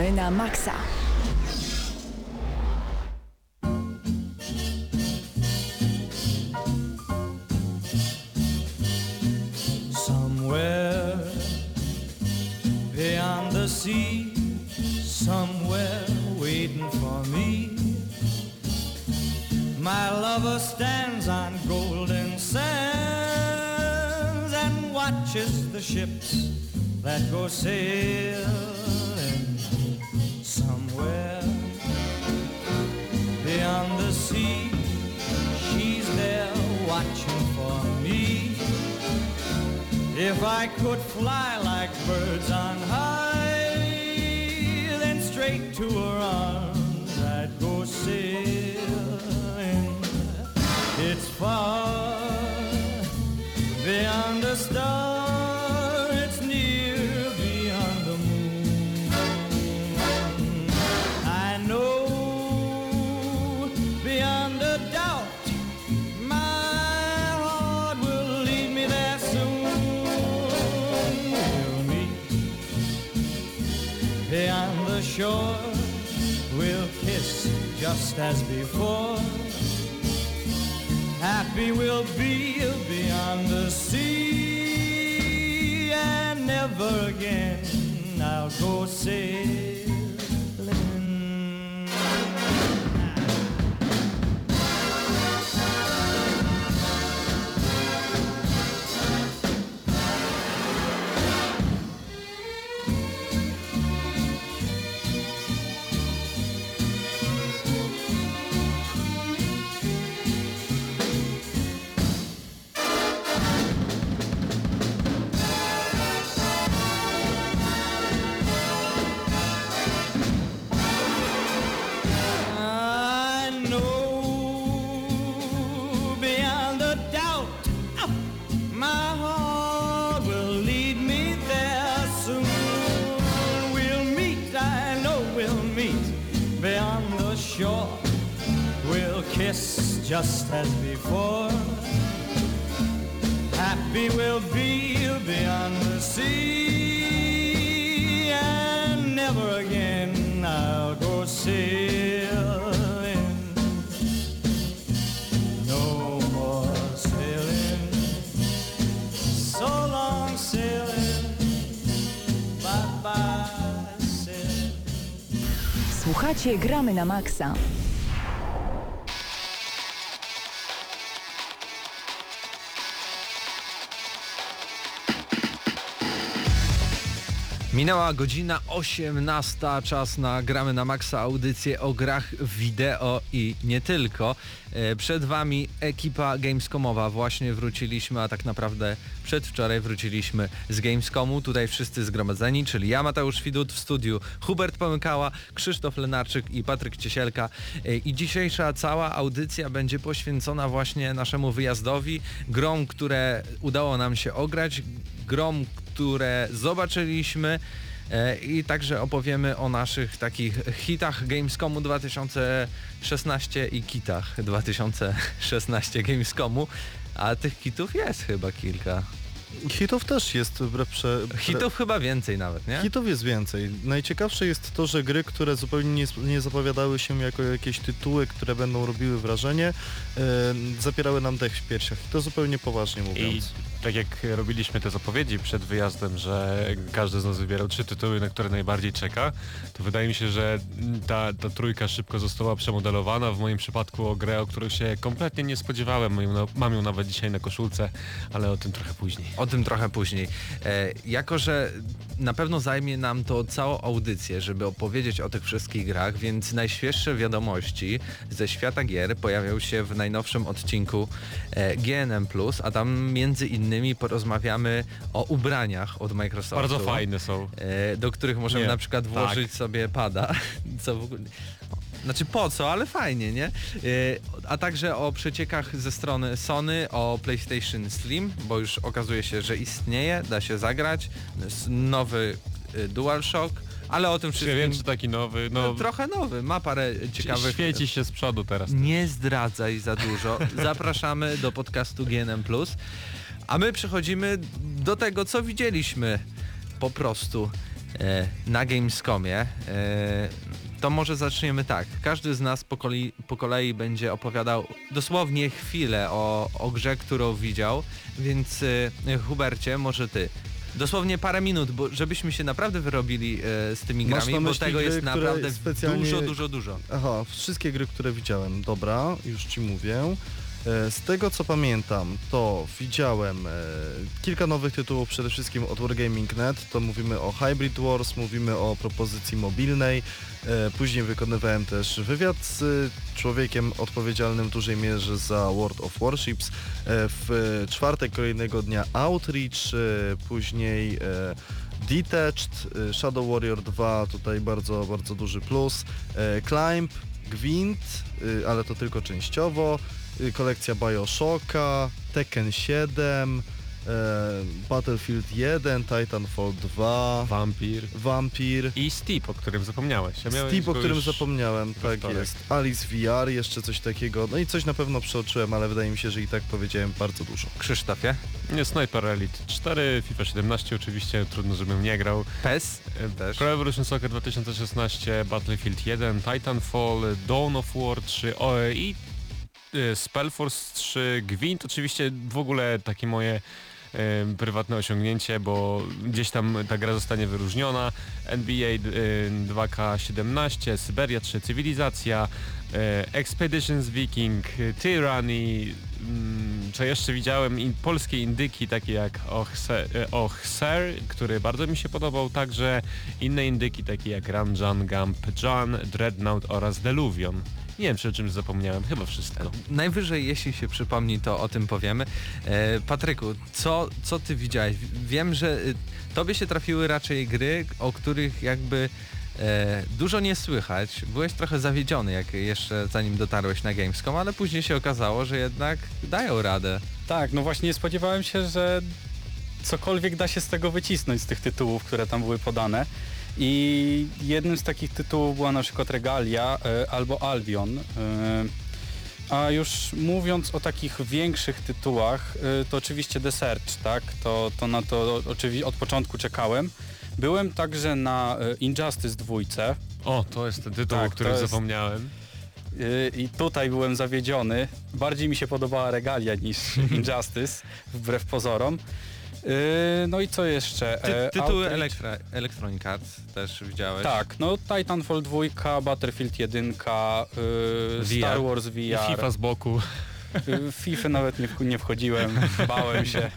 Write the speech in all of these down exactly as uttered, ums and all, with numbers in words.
Gramy na maksa. Somewhere beyond the sea, somewhere waiting for me, my lover stands on golden sands and watches the ships that go sailing. Somewhere beyond the sea, she's there watching for me. If I could fly like birds on high, then straight to her arms I'd go sailing. It's far beyond a star, it's near beyond the moon. I know beyond a doubt my heart will lead me there soon. We'll meet beyond the shore, we'll kiss just as before. Happy we'll be beyond the sea, and never again I'll go sailing. Just as before, happy we'll be beyond the sea, and never again I'll go sailing. No more sailing, so long sailing, bye bye sailing. Słuchacie Gramy na maksa. Minęła godzina osiemnasta, czas na Gramy na maksa, audycję o grach wideo i nie tylko. Przed wami ekipa Gamescomowa, właśnie wróciliśmy, a tak naprawdę przedwczoraj wróciliśmy z Gamescomu, tutaj wszyscy zgromadzeni, czyli ja, Mateusz Widut, w studiu Hubert Pomykała, Krzysztof Lenarczyk i Patryk Ciesielka. I dzisiejsza cała audycja będzie poświęcona właśnie naszemu wyjazdowi, grom, które udało nam się ograć, grom, które zobaczyliśmy, i także opowiemy o naszych takich hitach Gamescomu dwa tysiące szesnaście i kitach dwa tysiące szesnaście Gamescomu, a tych kitów jest chyba kilka. Hitów też jest wbrew prze... Hitów chyba więcej nawet, nie? Hitów jest więcej. Najciekawsze jest to, że gry, które zupełnie nie, nie zapowiadały się jako jakieś tytuły, które będą robiły wrażenie, yy, zapierały nam dech w piersiach. I to zupełnie poważnie mówiąc. I tak jak robiliśmy te zapowiedzi przed wyjazdem, że każdy z nas wybierał trzy tytuły, na które najbardziej czeka, to wydaje mi się, że ta, ta trójka szybko została przemodelowana. W moim przypadku o grę, o której się kompletnie nie spodziewałem. Mam ją nawet dzisiaj na koszulce, ale o tym trochę później. O tym trochę później. E, jako, że na pewno zajmie nam to całą audycję, żeby opowiedzieć o tych wszystkich grach, więc najświeższe wiadomości ze świata gier pojawią się w najnowszym odcinku e, G N M plus, a tam między innymi porozmawiamy o ubraniach od Microsoftu. Bardzo fajne są. E, do których możemy nie. na przykład włożyć tak. sobie pada. Co w ogóle... Znaczy po co, ale fajnie, nie? A także o przeciekach ze strony Sony, o PlayStation Slim, bo już okazuje się, że istnieje, da się zagrać. Nowy DualShock, ale o tym wszystkim... Ja wiem, czy taki nowy, no... Trochę nowy, ma parę ciekawych... Świeci się z przodu teraz. Nie zdradzaj za dużo. Zapraszamy do podcastu G N M plus, a my przechodzimy do tego, co widzieliśmy po prostu e, na Gamescomie. E, to może zaczniemy tak. Każdy z nas po kolei, po kolei będzie opowiadał dosłownie chwilę o, o grze, którą widział, więc e, Hubercie, może ty. Dosłownie parę minut, bo żebyśmy się naprawdę wyrobili e, z tymi Masz grami, na bo myśli tego gry, jest które naprawdę specjalnie- dużo, dużo, dużo. Aha, wszystkie gry, które widziałem. Dobra, już ci mówię. E, Z tego co pamiętam, to widziałem e, kilka nowych tytułów, przede wszystkim od Wargaming kropka net, to mówimy o Hybrid Wars, mówimy o propozycji mobilnej, e, później wykonywałem też wywiad z e, człowiekiem odpowiedzialnym w dużej mierze za World of Warships, e, w e, czwartek kolejnego dnia Outreach, e, później e, Detached, e, Shadow Warrior dwa, tutaj bardzo, bardzo duży plus, e, Climb, Gwint, e, ale to tylko częściowo, kolekcja Bioshocka, Tekken siedem, e, Battlefield jeden, Titanfall dwa, Vampir Vampir, i Steep, o którym zapomniałeś. Ja miałem Steep, o go którym już zapomniałem, we tak wtorek. jest, Alice V R, jeszcze coś takiego, no i coś na pewno przeoczyłem, ale wydaje mi się, że i tak powiedziałem bardzo dużo. Krzysztofie? Nie, Sniper Elite cztery, FIFA siedemnaście oczywiście, trudno żebym nie grał. P E S? Też. Pro Evolution Soccer dwa tysiące szesnaście, Battlefield jeden, Titanfall, Dawn of War trzy o, i y, Spellforce trzy, Gwint oczywiście w ogóle takie moje y, prywatne osiągnięcie, bo gdzieś tam ta gra zostanie wyróżniona. N B A y, dwa K siedemnaście, Syberia trzy, Cywilizacja, y, Expeditions Viking, y, Tyranny, mm, co jeszcze widziałem, in, polskie indyki takie jak Ochser, który bardzo mi się podobał, także inne indyki takie jak Ranjan, Gump, Jan, Dreadnought oraz Deluvion. Nie wiem, czy o czymś zapomniałem, chyba wszystko. Najwyżej, jeśli się przypomni, to o tym powiemy. E, Patryku, co, co ty widziałeś? Wiem, że y, tobie się trafiły raczej gry, o których jakby e, dużo nie słychać. Byłeś trochę zawiedziony, jak jeszcze zanim dotarłeś na Gamescom, ale później się okazało, że jednak dają radę. Tak, no właśnie nie spodziewałem się, że cokolwiek da się z tego wycisnąć, z tych tytułów, które tam były podane. I jednym z takich tytułów była na przykład Regalia e, albo Albion. E, a już mówiąc o takich większych tytułach, e, to oczywiście The Search, tak? To, to na to oczywiście od początku czekałem. Byłem także na e, Injustice dwójce. O, to jest ten tytuł, Tak, o którym to jest- zapomniałem. Yy, I tutaj byłem zawiedziony. Bardziej mi się podobała Regalia niż Injustice, wbrew pozorom. Yy, No i co jeszcze? Ty, E, tytuły Outrage- Elektra, Electronic Arts też widziałeś? Tak, no Titanfall dwa, Battlefield jeden, yy, V R. Star Wars V I R. FIFA z boku. Yy, W FIFA nawet nie, w- nie wchodziłem, bałem się.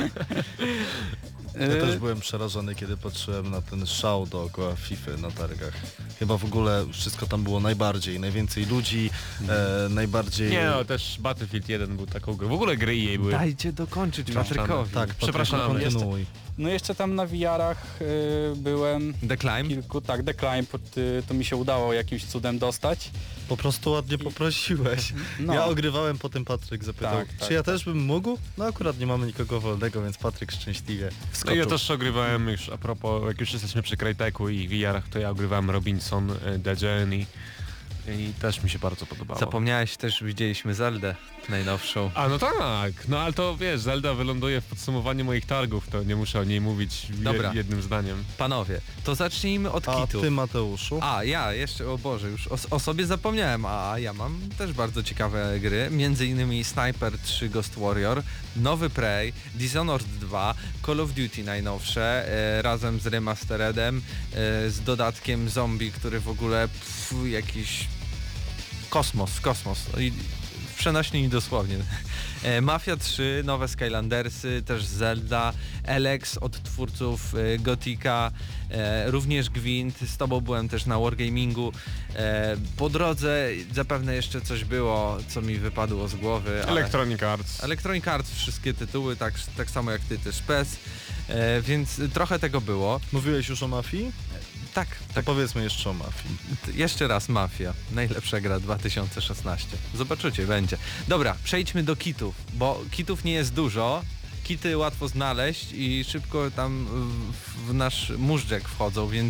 Ja Yy, też byłem przerażony, kiedy patrzyłem na ten szał dookoła FIFA na targach. Chyba w ogóle wszystko tam było najbardziej, najwięcej ludzi, e, najbardziej... Nie no, też Battlefield jeden był taką grą. W ogóle gry E A były. Dajcie dokończyć Przepraszamy. Patrykowi. Tak, Przepraszam, Patryku, jeszcze- kontynuuj. No jeszcze tam na V R-ach yy, byłem The Climb? kilku, tak, The Climb, yy, to mi się udało jakimś cudem dostać. Po prostu ładnie poprosiłeś. No. Ja ogrywałem, potem Patryk zapytał, Tak, tak, czy ja tak. też bym mógł? No akurat nie mamy nikogo wolnego, więc Patryk szczęśliwie No wskoczył. i ja też ogrywałem już, a propos, jak już jesteśmy przy Cryteku i V R-ach, to ja ogrywałem Robinson, y, The Journey i też mi się bardzo podobało. Zapomniałeś też, widzieliśmy Zeldę najnowszą. A no tak, no ale to wiesz, Zelda wyląduje w podsumowaniu moich targów, to nie muszę o niej mówić je- Dobra. jednym zdaniem. Panowie, to zacznijmy od A kitów. ty, Mateuszu? A, ja jeszcze, o Boże, już o, o sobie zapomniałem, a ja mam też bardzo ciekawe gry, między innymi Sniper trzy Ghost Warrior, nowy Prey, Dishonored dwa, Call of Duty najnowsze, e, razem z remasteredem, e, z dodatkiem zombie, który w ogóle pff, jakiś kosmos, kosmos. I w przenośni i dosłownie. E, Mafia trzy, nowe Skylandersy, też Zelda, Elex od twórców e, Gotika, e, również Gwint, z tobą byłem też na Wargamingu. E, po drodze zapewne jeszcze coś było, co mi wypadło z głowy. ale- Electronic Arts. Electronic Arts, wszystkie tytuły, tak, tak samo jak ty też P E S, e, więc trochę tego było. Mówiłeś już o Mafii? Tak, To tak. powiedzmy jeszcze o Mafii. T- Jeszcze raz Mafia. Najlepsza gra dwa tysiące szesnaście. Zobaczycie, będzie. Dobra, przejdźmy do kitów, bo kitów nie jest dużo. Kity łatwo znaleźć i szybko tam w, w nasz móżdżek wchodzą, więc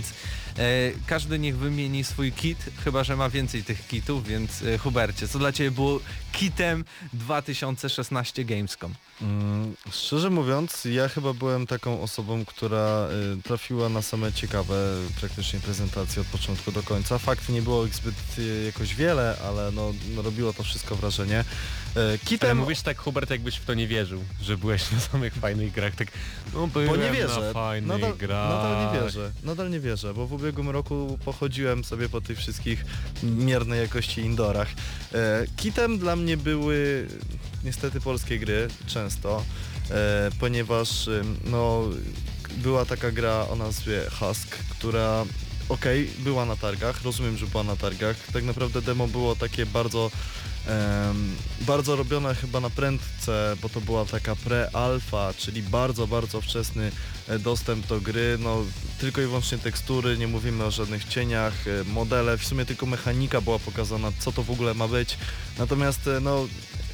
E, każdy niech wymieni swój kit, chyba że ma więcej tych kitów, więc e, Hubercie, co dla Ciebie było kitem dwa tysiące szesnaście Gamescom? Mm, szczerze mówiąc, ja chyba byłem taką osobą, która y, trafiła na same ciekawe praktycznie prezentacje od początku do końca. Fakt, nie było ich zbyt y, jakoś wiele, ale no, no robiło to wszystko wrażenie. Y, kitem... Ale mówisz tak, Hubert, jakbyś w to nie wierzył, że byłeś na samych fajnych grach, tak no byłem Bo nie na wierzę, fajnych nadal, grach. nadal nie wierzę, nadal nie wierzę, bo w ubiegłym roku pochodziłem sobie po tych wszystkich miernej jakości indoorach. E, kitem dla mnie były niestety polskie gry, często, e, ponieważ e, no, była taka gra o nazwie Husk, która okej, okay, była na targach, rozumiem, że była na targach, tak naprawdę demo było takie bardzo Um, bardzo robiona chyba na prędce, bo to była taka pre-alfa, czyli bardzo, bardzo wczesny dostęp do gry, no tylko i wyłącznie tekstury, nie mówimy o żadnych cieniach, modele, w sumie tylko mechanika była pokazana, co to w ogóle ma być, natomiast no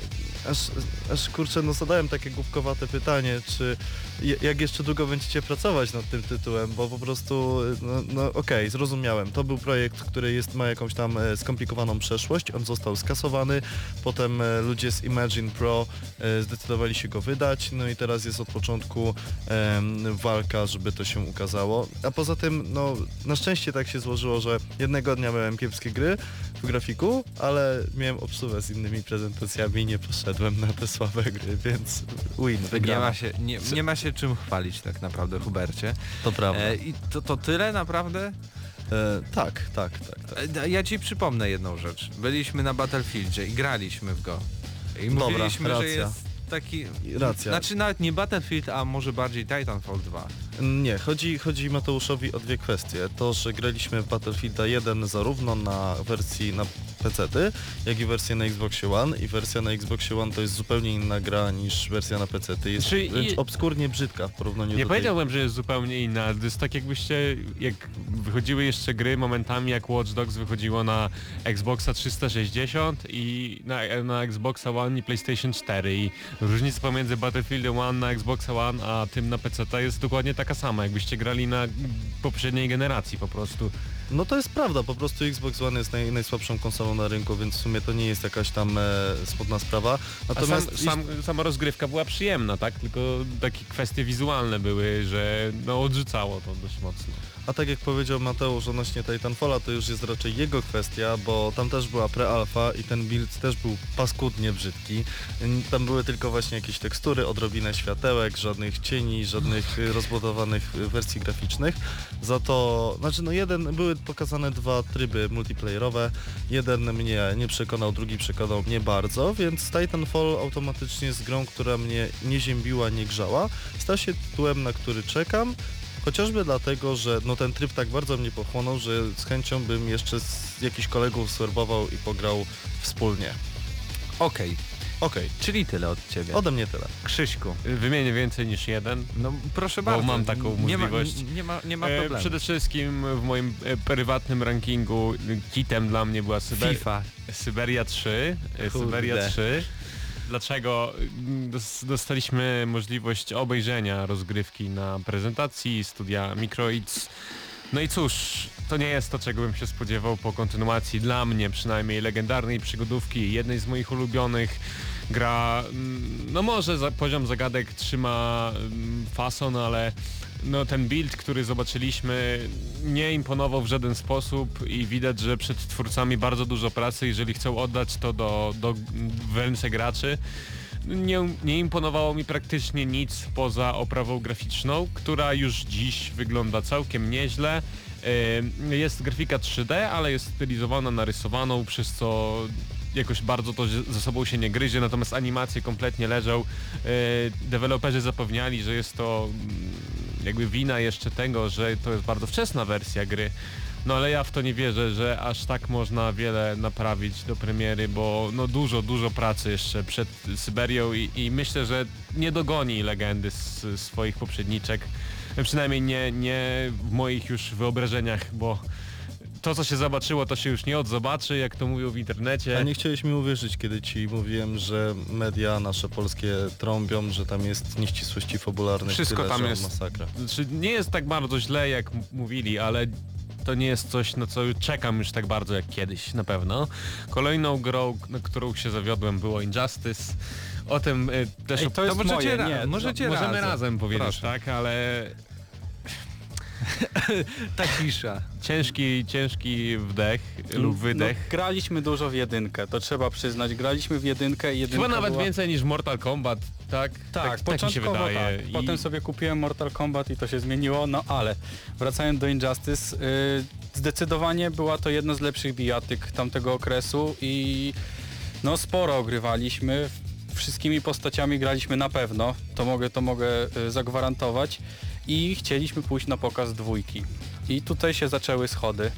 aż, aż kurczę, no zadałem takie głupkowate pytanie, czy jak jeszcze długo będziecie pracować nad tym tytułem, bo po prostu, no, no okej, okay, zrozumiałem, to był projekt, który jest, ma jakąś tam e, skomplikowaną przeszłość, on został skasowany, potem e, ludzie z Imagine Pro e, zdecydowali się go wydać, no i teraz jest od początku e, walka, żeby to się ukazało, a poza tym, no na szczęście tak się złożyło, że jednego dnia miałem kiepskie gry w grafiku, ale miałem obsługę z innymi prezentacjami i nie poszedłem na te słabe gry, więc win, wygrana. Nie ma się, nie, nie ma się czym chwalić tak naprawdę, Hubercie. To prawda. E, I to, to tyle naprawdę? E, tak, tak, tak, tak. E, ja Ci przypomnę jedną rzecz. Byliśmy na Battlefieldzie i graliśmy w go. I Dobra, mówiliśmy, racja. że jest taki... Racja. Znaczy nawet nie Battlefield, a może bardziej Titanfall dwa. Nie, chodzi, chodzi Mateuszowi o dwie kwestie. To, że graliśmy w Battlefielda jeden zarówno na wersji na pecety, jak i wersję na Xboxie One i wersja na Xboxie One to jest zupełnie inna gra niż wersja na pecety. Jest Czy wręcz i- obskurnie brzydka w porównaniu Nie do powiedziałbym, że jest zupełnie inna. To jest tak jakbyście, jak wychodziły jeszcze gry momentami jak Watch Dogs wychodziło na Xboxa trzysta sześćdziesiąt i na, na Xboxa One i PlayStation cztery i różnica pomiędzy Battlefieldem One na Xboxa One a tym na peceta jest dokładnie taka sama, jakbyście grali na poprzedniej generacji po prostu. No to jest prawda, po prostu Xbox One jest naj, najsłabszą konsolą na rynku, więc w sumie to nie jest jakaś tam e, smutna sprawa. Natomiast A sam, sam, sama rozgrywka była przyjemna, tak? Tylko takie kwestie wizualne były, że no odrzucało to dość mocno. A tak jak powiedział Mateusz odnośnie Titanfalla, to już jest raczej jego kwestia, bo tam też była pre-alfa i ten build też był paskudnie brzydki. Tam były tylko właśnie jakieś tekstury, odrobinę światełek, żadnych cieni, żadnych rozbudowanych wersji graficznych. Za to, znaczy no jeden, były pokazane dwa tryby multiplayerowe. Jeden mnie nie przekonał, drugi przekonał mnie bardzo, więc Titanfall automatycznie z grą, która mnie nie ziębiła, nie grzała, stał się tytułem, na który czekam. Chociażby dlatego, że no ten tryb tak bardzo mnie pochłonął, że z chęcią bym jeszcze z jakichś kolegów swerbował i pograł wspólnie. Okej, Okej, okay. czyli tyle od Ciebie. Ode mnie tyle. Krzyśku. Wymienię więcej niż jeden. No proszę Bo bardzo. mam taką nie możliwość. Ma, nie ma, nie ma E, problemu. przede wszystkim w moim e, prywatnym rankingu kitem dla mnie była Syber- FIFA. Syberia trzy. E, Kurde. Syberia trzy. Dlaczego? Dos- Dostaliśmy możliwość obejrzenia rozgrywki na prezentacji studia Microids. No i cóż, to nie jest to, czego bym się spodziewał po kontynuacji dla mnie przynajmniej legendarnej przygodówki, jednej z moich ulubionych. Gra, no może za, poziom zagadek trzyma fason, ale no ten build, który zobaczyliśmy, nie imponował w żaden sposób i widać, że przed twórcami bardzo dużo pracy, jeżeli chcą oddać to do, do w ręce graczy. Nie, nie imponowało mi praktycznie nic poza oprawą graficzną, która już dziś wygląda całkiem nieźle. Yy, jest grafika trzy D, ale jest stylizowana, narysowaną, przez co jakoś bardzo to ze sobą się nie gryzie, natomiast animacje kompletnie leżą. Yy, deweloperzy zapewniali, że jest to jakby wina jeszcze tego, że to jest bardzo wczesna wersja gry. No ale ja w to nie wierzę, że aż tak można wiele naprawić do premiery, bo no dużo, dużo pracy jeszcze przed Syberią i, i myślę, że nie dogoni legendy z, z swoich poprzedniczek. Przynajmniej nie, nie w moich już wyobrażeniach, bo to co się zobaczyło, to się już nie odzobaczy, jak to mówią w internecie. A nie chciałeś mi uwierzyć, kiedy ci mówiłem, że media nasze polskie trąbią, że tam jest nieścisłości fabularne. Wszystko tyle, tam że jest. masakra. Znaczy, nie jest tak bardzo źle, jak m- mówili, ale to nie jest coś, na co czekam już tak bardzo jak kiedyś, na pewno. Kolejną grą, na którą się zawiodłem, było Injustice. O tym y, też... Ej, to jest możecie moje, ra- nie, możecie Możemy razem, razem powiedzieć, Proszę. tak, ale Ta cisza. ciężki, ciężki wdech lub wydech. No, graliśmy dużo w jedynkę, to trzeba przyznać. Graliśmy w jedynkę i jedynka Chyba nawet była... więcej niż Mortal Kombat, tak? Tak, tak, tak mi się początkowo wydaje. tak. I Potem sobie kupiłem Mortal Kombat i to się zmieniło, no ale wracając do Injustice, yy, zdecydowanie była to jedna z lepszych bijatyk tamtego okresu i no sporo ogrywaliśmy, wszystkimi postaciami graliśmy na pewno, to mogę, to mogę yy, zagwarantować i chcieliśmy pójść na pokaz dwójki. I tutaj się zaczęły schody,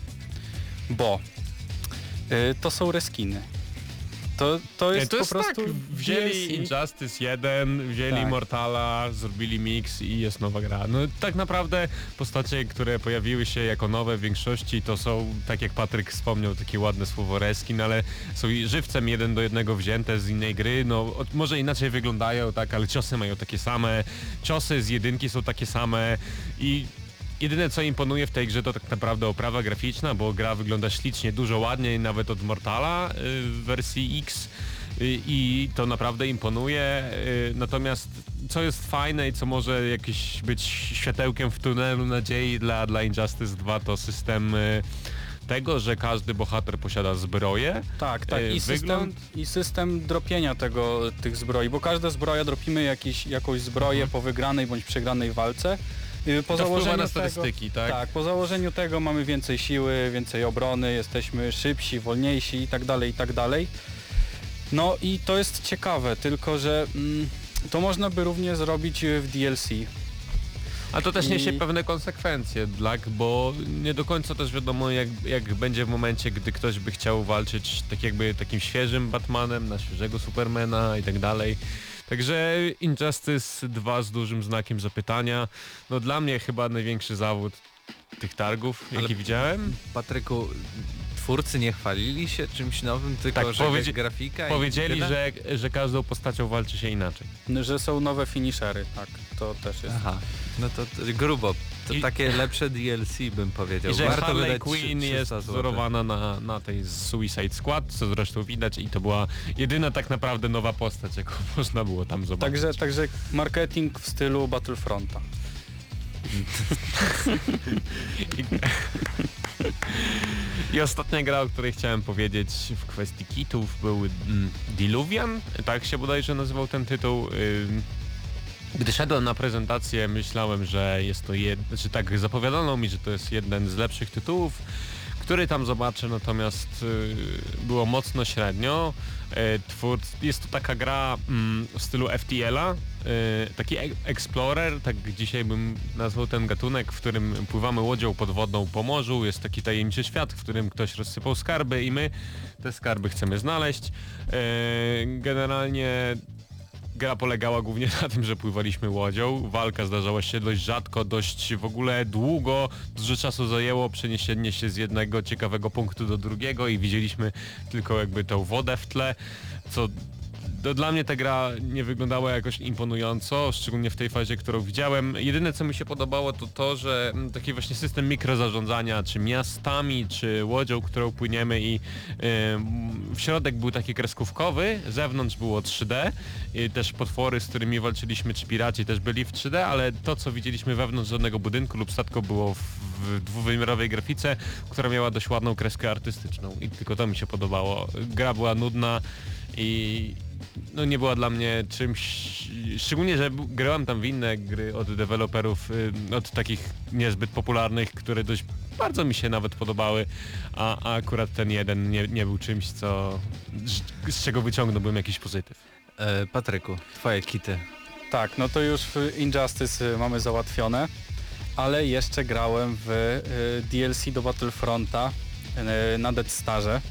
bo yy, to są reskiny. To, to jest to po jest prostu tak, wzięli D L C. Injustice jeden, wzięli Tak. Mortala, zrobili mix i jest nowa gra. No tak naprawdę postacie, które pojawiły się jako nowe w większości, to są, tak jak Patryk wspomniał, takie ładne słowo reskin, ale są i żywcem jeden do jednego wzięte z innej gry, no od, może inaczej wyglądają, tak, ale ciosy mają takie same, ciosy z jedynki są takie same i jedyne co imponuje w tej grze to tak naprawdę oprawa graficzna, bo gra wygląda ślicznie, dużo ładniej nawet od Mortala y, w wersji X y, i to naprawdę imponuje. Y, natomiast co jest fajne i co może jakieś być światełkiem w tunelu nadziei dla, dla Injustice dwa to system y, tego, że każdy bohater posiada zbroję. Tak, tak. E, I system, wygląd- I system dropienia tego, tych zbroi, bo każda zbroja dropimy jakiś, jakąś zbroję po wygranej bądź przegranej walce. Y, Po To wpływa założeniu na tego, statystyki, tak? tak, po założeniu tego mamy więcej siły, więcej obrony, jesteśmy szybsi, wolniejsi i tak dalej, i tak dalej. No i to jest ciekawe, tylko że mm, to można by również zrobić w D L C. A to też I- niesie pewne konsekwencje, tak? Bo nie do końca też wiadomo jak, jak będzie w momencie, gdy ktoś by chciał walczyć tak jakby takim świeżym Batmanem, na świeżego Supermana i tak dalej. Także Injustice dwa z dużym znakiem zapytania. No dla mnie chyba największy zawód tych targów, jaki Ale- widziałem. Patryku, twórcy nie chwalili się czymś nowym, tylko Tak, że powiedzi- grafika i Powiedzieli, tyle? że, że każdą postacią walczy się inaczej. Że są nowe finishery, tak, to też jest. Aha, no to, to grubo. To I- takie lepsze D L C bym powiedział. I że Warto Harley wydać Quinn trzysta jest złotych. wzorowana na, na tej z Suicide Squad, co zresztą widać i to była jedyna tak naprawdę nowa postać, jaką można było tam zobaczyć. Także, także marketing w stylu Battlefronta. I ostatnia gra, o której chciałem powiedzieć w kwestii kitów był mm, Diluvian, tak się bodajże nazywał ten tytuł. Ym, Gdy szedłem na prezentację, myślałem, że jest to jed... znaczy tak zapowiadano mi, że to jest jeden z lepszych tytułów, który tam zobaczę, natomiast y, było mocno średnio. Y, twórc... Jest to taka gra mm, w stylu F T L-a, y, taki e- explorer, tak dzisiaj bym nazwał ten gatunek, w którym pływamy łodzią podwodną po morzu, jest taki tajemniczy świat, w którym ktoś rozsypał skarby i my te skarby chcemy znaleźć. Y, generalnie gra polegała głównie na tym, że pływaliśmy łodzią. Walka zdarzała się dość rzadko, dość w ogóle długo. Dużo czasu zajęło przeniesienie się z jednego ciekawego punktu do drugiego i widzieliśmy tylko jakby tą wodę w tle, co to dla mnie ta gra nie wyglądała jakoś imponująco, szczególnie w tej fazie, którą widziałem. Jedyne co mi się podobało to to, że mm, taki właśnie system mikrozarządzania, czy miastami, czy łodzią, którą płyniemy i ym, w środek był taki kreskówkowy, zewnątrz było trzy D, i też potwory, z którymi walczyliśmy, czy piraci też byli w trzy D, ale to co widzieliśmy wewnątrz żadnego budynku lub statku było w, w dwuwymiarowej grafice, która miała dość ładną kreskę artystyczną i tylko to mi się podobało. Gra była nudna i no nie była dla mnie czymś, szczególnie, że b- grałem tam w inne gry od deweloperów, y, od takich niezbyt popularnych, które dość bardzo mi się nawet podobały, a, a akurat ten jeden nie, nie był czymś, co z, z czego wyciągnąłbym jakiś pozytyw. E, Patryku, twoje kity. Tak, no to już w Injustice y, mamy załatwione, ale jeszcze grałem w y, D L C do Battlefronta y, na Death Starze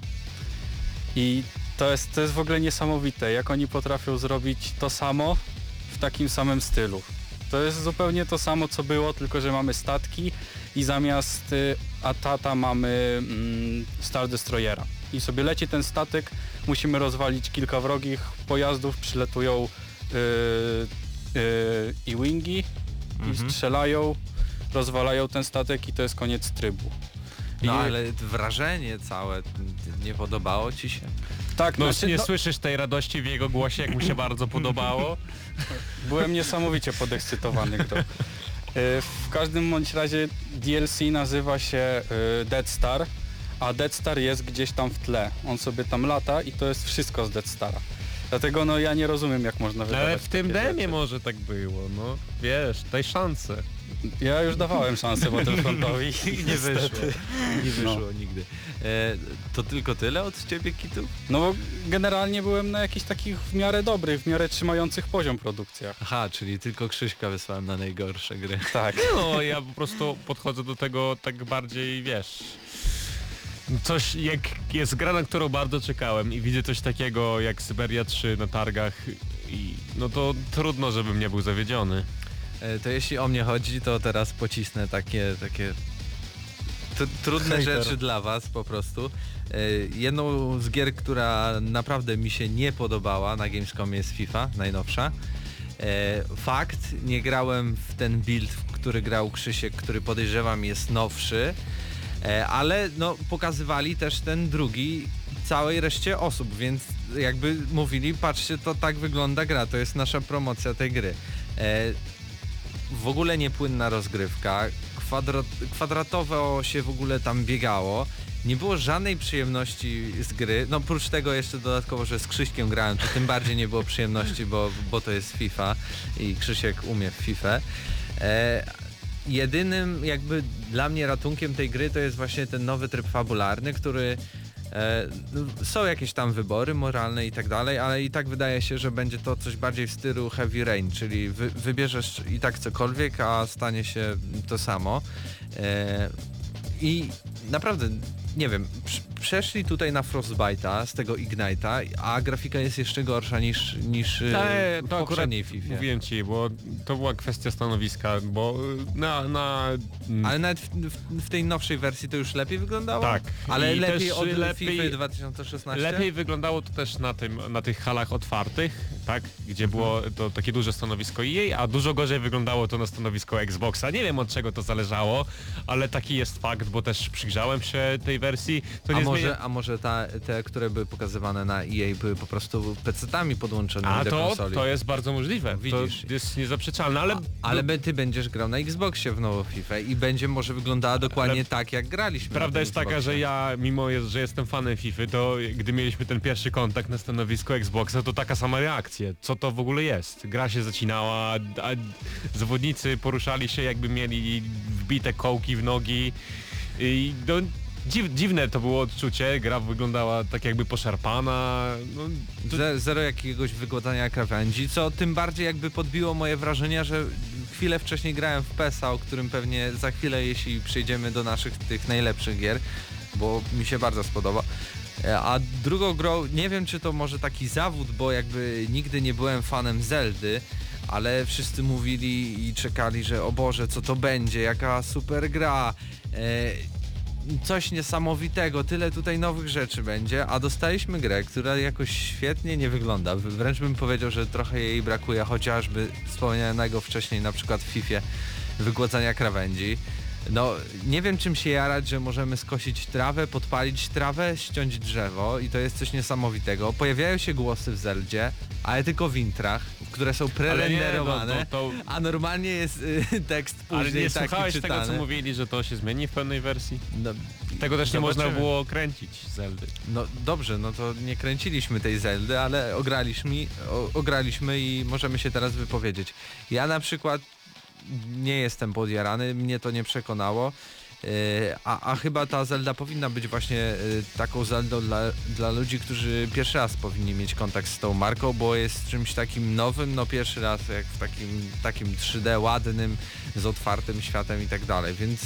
i to jest, to jest w ogóle niesamowite, jak oni potrafią zrobić to samo w takim samym stylu. To jest zupełnie to samo co było, tylko że mamy statki i zamiast y, Atata mamy mm, Star Destroyera. I sobie leci ten statek, musimy rozwalić kilka wrogich pojazdów, przyletują y, y, i wingi i strzelają, rozwalają ten statek i to jest koniec trybu. No I- ale wrażenie całe, nie podobało ci się? Tak, No znaczy, nie no, słyszysz tej radości w jego głosie, jak mu się bardzo podobało? byłem niesamowicie podekscytowany grą. Y, W każdym bądź razie D L C nazywa się y, Dead Star, a Dead Star jest gdzieś tam w tle. On sobie tam lata i to jest wszystko z Dead Stara. Dlatego no ja nie rozumiem, jak można wydawać Ale w tym takie demie rzeczy. może tak było, no wiesz, daj szansę. Ja już dawałem szansę Battlefrontowi i Nie wyszło. niestety. Nie wyszło No. nigdy. E, to tylko tyle od ciebie, Kitu? No bo generalnie byłem na jakichś takich w miarę dobrych, w miarę trzymających poziom produkcjach. Aha, czyli tylko Krzyśka wysłałem na najgorsze gry. Tak. No ja po prostu podchodzę do tego tak bardziej, wiesz... Coś, jak jest gra, na którą bardzo czekałem i widzę coś takiego jak Syberia trzy na targach i no to trudno, żebym nie był zawiedziony. E, to jeśli o mnie chodzi, to teraz pocisnę takie, takie t- trudne Hejter. rzeczy dla was po prostu. E, jedną z gier, która naprawdę mi się nie podobała na Gamescomie jest FIFA, najnowsza. E, fakt, nie grałem w ten build, w który grał Krzysiek, który podejrzewam jest nowszy, e, ale no pokazywali też ten drugi całej reszcie osób, więc jakby mówili, patrzcie, to tak wygląda gra, to jest nasza promocja tej gry. E, w ogóle niepłynna rozgrywka, kwadrat, kwadratowo się w ogóle tam biegało, nie było żadnej przyjemności z gry, no oprócz tego jeszcze dodatkowo, że z Krzyśkiem grałem, to tym bardziej nie było przyjemności, bo, bo to jest FIFA i Krzysiek umie w FIFA. E, jedynym jakby dla mnie ratunkiem tej gry to jest właśnie ten nowy tryb fabularny, który E, no, są jakieś tam wybory moralne i tak dalej, ale i tak wydaje się, że będzie to coś bardziej w stylu Heavy Rain, czyli wy, wybierzesz i tak cokolwiek, a stanie się to samo. E, I naprawdę, nie wiem, przeszli tutaj na Frostbite'a z tego Ignite'a, a grafika jest jeszcze gorsza niż, niż e, Te, w to akurat poprzedniej FIFA. mówiłem ci, bo to była kwestia stanowiska, bo na... na Ale nawet w, w, w tej nowszej wersji to już lepiej wyglądało? Tak. Ale I lepiej też od lepiej- FIFA dwa tysiące szesnaście? Lepiej wyglądało to też na tym, na tych halach otwartych, tak? Gdzie było to takie duże stanowisko E A, a dużo gorzej wyglądało to na stanowisko Xboxa. Nie wiem, od czego to zależało, ale taki jest fakt, bo też przyjrzałem się tej wersji. To A nie może, zmienia... a może ta, te, które były pokazywane na E A były po prostu pecetami podłączonymi A do to, konsoli. to jest bardzo możliwe. No, widzisz. To jest niezaprzeczalne, ale... A, ale by ty będziesz grał na Xboxie w nową FIFA i będzie może wyglądała dokładnie Ale tak, jak graliśmy na Prawda tym jest taka, Xboxie. że ja, mimo jest, że jestem fanem FIFA, to gdy mieliśmy ten pierwszy kontakt na stanowisku Xboxa, to taka sama reakcja. Co to w ogóle jest? Gra się zacinała, a zawodnicy poruszali się, jakby mieli wbite kołki w nogi. I no, dziw, dziwne to było odczucie, gra wyglądała tak jakby poszarpana. No, to... Ze- Zero jakiegoś wygładania krawędzi, co tym bardziej jakby podbiło moje wrażenia, że chwilę wcześniej grałem w P E S a, o którym pewnie za chwilę, jeśli przejdziemy do naszych tych najlepszych gier, bo mi się bardzo spodoba. E, A drugą grą, nie wiem czy to może taki zawód, bo jakby nigdy nie byłem fanem Zeldy, ale wszyscy mówili i czekali, że o Boże, co to będzie, jaka super gra. E, Coś niesamowitego, tyle tutaj nowych rzeczy będzie, a dostaliśmy grę, która jakoś świetnie nie wygląda. Wręcz bym powiedział, że trochę jej brakuje, chociażby wspomnianego wcześniej na przykład w FIFA wygładzania krawędzi. No, nie wiem czym się jarać, że możemy skosić trawę, podpalić trawę, ściąć drzewo i to jest coś niesamowitego. Pojawiają się głosy w Zeldzie, ale tylko w intrach, które są Ale nie, prerenderowane, no, to, to... a normalnie jest y, tekst później Ale nie taki słuchałeś czytany. tego, co mówili, że to się zmieni w pewnej wersji? No, Tego też nie zobaczymy. można było kręcić z Zeldy. No dobrze, no to nie kręciliśmy tej Zeldy, ale ograliśmy, o, ograliśmy i możemy się teraz wypowiedzieć. Ja na przykład nie jestem podjarany, mnie to nie przekonało, yy, a, a chyba ta Zelda powinna być właśnie yy, taką Zeldą dla, dla ludzi, którzy pierwszy raz powinni mieć kontakt z tą marką, bo jest czymś takim nowym, no pierwszy raz jak w takim, takim trzy D ładnym, z otwartym światem i tak dalej, więc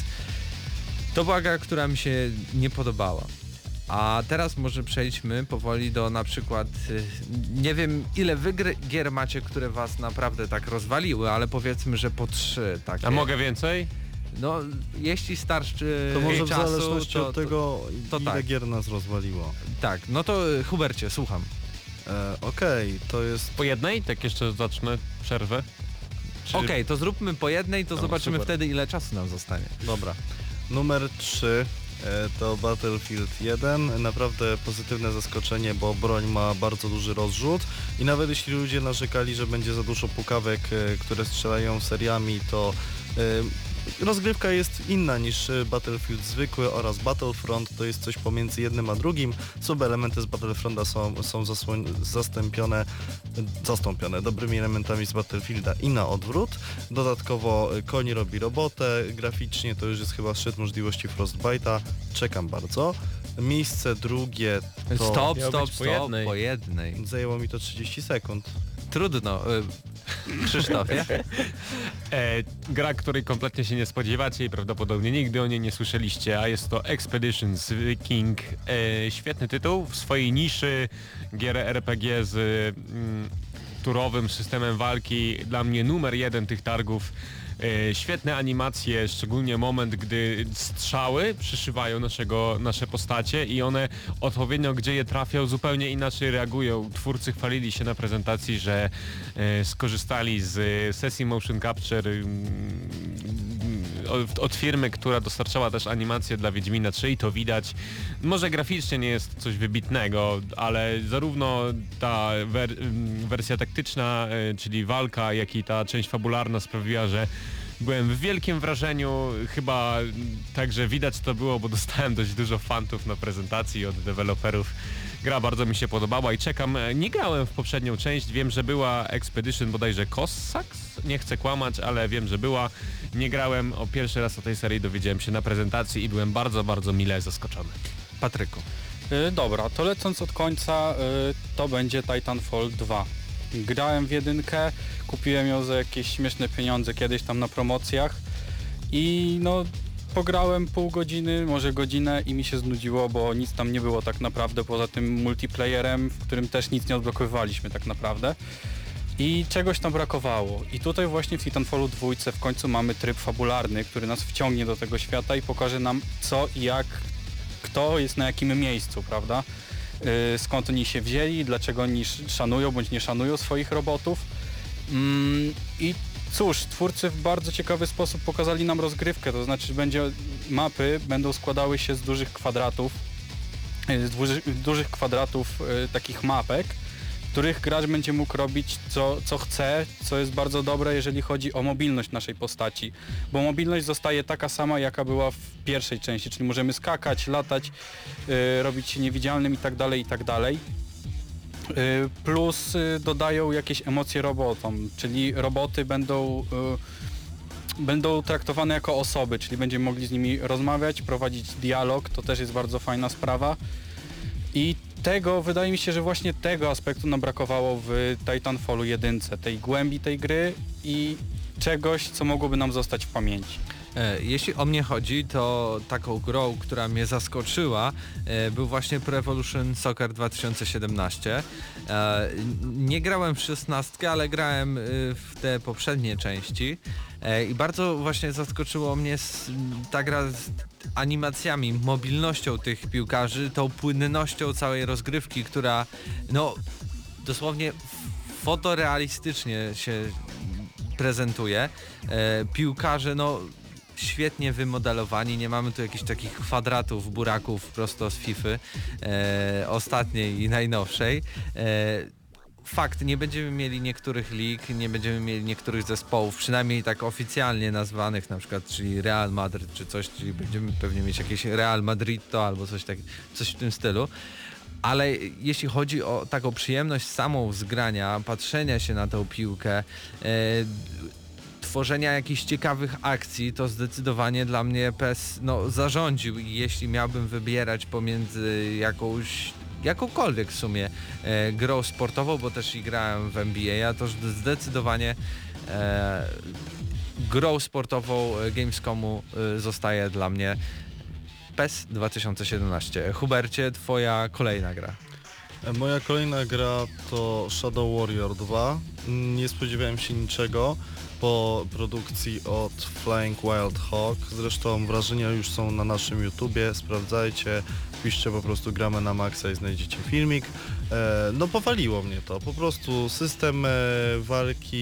to była gra, która mi się nie podobała. A teraz może przejdźmy powoli do na przykład, y, nie wiem ile wy gry, gier macie, które was naprawdę tak rozwaliły, ale powiedzmy, że po trzy takie. A mogę więcej? No, jeśli starczy To może w czasu, zależności to, od tego, to ile tak. gier nas rozwaliło. To, tak, no to y, Hubercie, słucham. E, Okej, to jest... Po jednej? Tak jeszcze zacznę przerwę. Czy... Okej, okay, to zróbmy po jednej, to O, zobaczymy super. wtedy ile czasu nam zostanie. Dobra. Numer trzy e, to Battlefield jeden. Naprawdę pozytywne zaskoczenie, bo broń ma bardzo duży rozrzut i nawet jeśli ludzie narzekali, że będzie za dużo pukawek, e, które strzelają seriami, to e, rozgrywka jest inna niż Battlefield zwykły oraz Battlefront, to jest coś pomiędzy jednym a drugim. Subelementy z Battlefronta są, są zasłoń, zastąpione, zastąpione dobrymi elementami z Battlefielda i na odwrót. Dodatkowo koń robi robotę, graficznie to już jest chyba szczyt możliwości Frostbite'a, czekam bardzo. Miejsce drugie to... Stop, Miało stop, być po stop, jednej. po jednej. Zajęło mi to trzydzieści sekund. Trudno. y, Krzysztofie? E, gra, której kompletnie się nie spodziewacie i prawdopodobnie nigdy o niej nie słyszeliście, a jest to Expeditions King. E, świetny tytuł w swojej niszy, gier R P G z mm, turowym systemem walki, dla mnie numer jeden tych targów. E, świetne animacje, szczególnie moment, gdy strzały przyszywają naszego, nasze postacie i one odpowiednio gdzie je trafią zupełnie inaczej reagują. Twórcy chwalili się na prezentacji, że e, skorzystali z sesji motion capture mm, od, od firmy, która dostarczała też animację dla Wiedźmina trzy i to widać. Może graficznie nie jest coś wybitnego, ale zarówno ta wer, wersja taktyczna, e, czyli walka, jak i ta część fabularna sprawiła, że byłem w wielkim wrażeniu, chyba także widać to było, bo dostałem dość dużo fantów na prezentacji od deweloperów. Gra bardzo mi się podobała i czekam. Nie grałem w poprzednią część, wiem, że była Expedition bodajże Cossacks, nie chcę kłamać, ale wiem, że była. Nie grałem, o pierwszy raz o tej serii dowiedziałem się na prezentacji i byłem bardzo, bardzo mile zaskoczony. Patryku. Y, dobra, to lecąc od końca, y, to będzie Titanfall dwa. Grałem w jedynkę, kupiłem ją za jakieś śmieszne pieniądze kiedyś tam na promocjach i no pograłem pół godziny, może godzinę i mi się znudziło, bo nic tam nie było tak naprawdę poza tym multiplayerem, w którym też nic nie odblokowywaliśmy tak naprawdę. I czegoś tam brakowało. I tutaj właśnie w Titanfallu dwójce w końcu mamy tryb fabularny, który nas wciągnie do tego świata i pokaże nam co i jak, kto jest na jakim miejscu, prawda? Yy, skąd oni się wzięli, dlaczego oni szanują bądź nie szanują swoich robotów. Yy, I cóż, twórcy w bardzo ciekawy sposób pokazali nam rozgrywkę, to znaczy będzie mapy będą składały się z dużych kwadratów, yy, z dużych, dużych kwadratów yy, takich mapek, w których gracz będzie mógł robić co, co chce, co jest bardzo dobre, jeżeli chodzi o mobilność naszej postaci, bo mobilność zostaje taka sama, jaka była w pierwszej części, czyli możemy skakać, latać, yy, robić się niewidzialnym i tak dalej, i tak dalej. Yy, plus yy, dodają jakieś emocje robotom, czyli roboty będą, yy, będą traktowane jako osoby, czyli będziemy mogli z nimi rozmawiać, prowadzić dialog, to też jest bardzo fajna sprawa. I tego, wydaje mi się, że właśnie tego aspektu nam brakowało w Titanfallu jedynce, tej głębi tej gry i czegoś, co mogłoby nam zostać w pamięci. E, Jeśli o mnie chodzi, to taką grą, która mnie zaskoczyła, e, był właśnie Pro Evolution Soccer dwa tysiące siedemnaście. E, Nie grałem w szesnastkę, ale grałem e, w te poprzednie części e, i bardzo właśnie zaskoczyło mnie s- ta gra z animacjami, mobilnością tych piłkarzy, tą płynnością całej rozgrywki, która no dosłownie fotorealistycznie się prezentuje. E, piłkarze no świetnie wymodelowani, nie mamy tu jakichś takich kwadratów, buraków prosto z Fify, e, ostatniej i najnowszej. E, Fakt, nie będziemy mieli niektórych lig, nie będziemy mieli niektórych zespołów, przynajmniej tak oficjalnie nazwanych, na przykład, czyli Real Madrid czy coś, czyli będziemy pewnie mieć jakieś Real Madrid albo coś, tak, coś w tym stylu. Ale jeśli chodzi o taką przyjemność samą z grania, patrzenia się na tą piłkę, e, tworzenia jakichś ciekawych akcji, to zdecydowanie dla mnie P E S no, zarządził i jeśli miałbym wybierać pomiędzy jakąś jakąkolwiek w sumie e, grą sportową, bo też i grałem w N B A, to zdecydowanie e, grą sportową Gamescomu e, zostaje dla mnie P E S dwa tysiące siedemnaście. Hubercie, twoja kolejna gra. Moja kolejna gra to Shadow Warrior dwa. Nie spodziewałem się niczego po produkcji od Flying Wild Hog. Zresztą wrażenia już są na naszym YouTubie, sprawdzajcie, piszcie po prostu gramy na maksa i znajdziecie filmik. E, no powaliło mnie to, po prostu system e, walki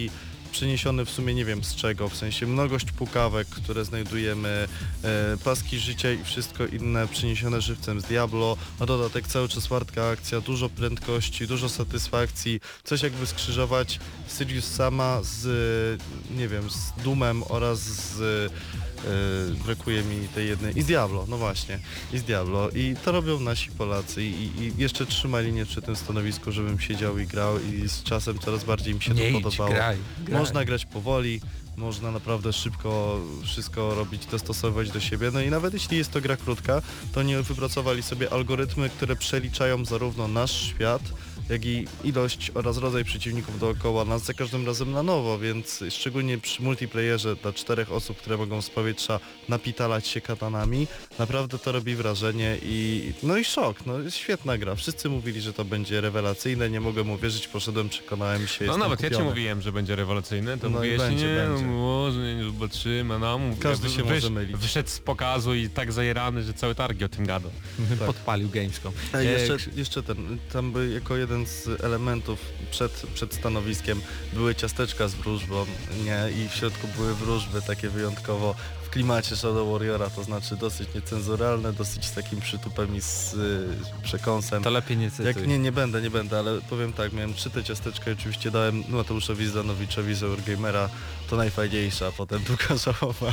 przeniesiony w sumie nie wiem z czego, w sensie mnogość pukawek, które znajdujemy, e, paski życia i wszystko inne przeniesione żywcem z Diablo, a dodatek cały czas wartka akcja, dużo prędkości, dużo satysfakcji, coś jakby skrzyżować Sirius sama z, nie wiem, z Doomem oraz z Yy, brakuje mi tej jednej i z Diablo, no właśnie, i z Diablo i to robią nasi Polacy i, i jeszcze trzymali mnie przy tym stanowisku, żebym siedział i grał i z czasem coraz bardziej mi się Nie to idź, podobało. graj, graj. Można grać powoli, można naprawdę szybko wszystko robić, dostosowywać do siebie, no i nawet jeśli jest to gra krótka, to nie wypracowali sobie algorytmy, które przeliczają zarówno nasz świat, jak i ilość oraz rodzaj przeciwników dookoła nas za każdym razem na nowo, więc szczególnie przy multiplayerze dla czterech osób, które mogą z powietrza napitalać się katanami, naprawdę to robi wrażenie i no i szok, no jest świetna gra. Wszyscy mówili, że to będzie rewelacyjne, nie mogłem uwierzyć, poszedłem, przekonałem się, No jestem nawet ja kupiony. ci mówiłem, że będzie rewelacyjne, to No i mówiłeś, będzie, nie, będzie. no może, nie zobaczymy, no mów, Każdy się wysz, może mylić. Wyszedł z pokazu i tak zajerany, że cały targi o tym gadał. Tak. Podpalił Gamescom. A E, jeszcze, Krz- jeszcze ten, tam by jako jeden z elementów przed, przed stanowiskiem były ciasteczka z wróżbą, nie? I w środku były wróżby takie wyjątkowo w klimacie Shadow Warriora, to znaczy dosyć niecenzuralne, dosyć z takim przytupem i z y, przekąsem. To lepiej nie cytuj. Jak nie, nie będę, nie będę, ale powiem tak, miałem trzy te ciasteczka i oczywiście dałem Mateuszowi Zdanowiczowi z Eurogamera, to najfajniejsza, a potem druga żałowa.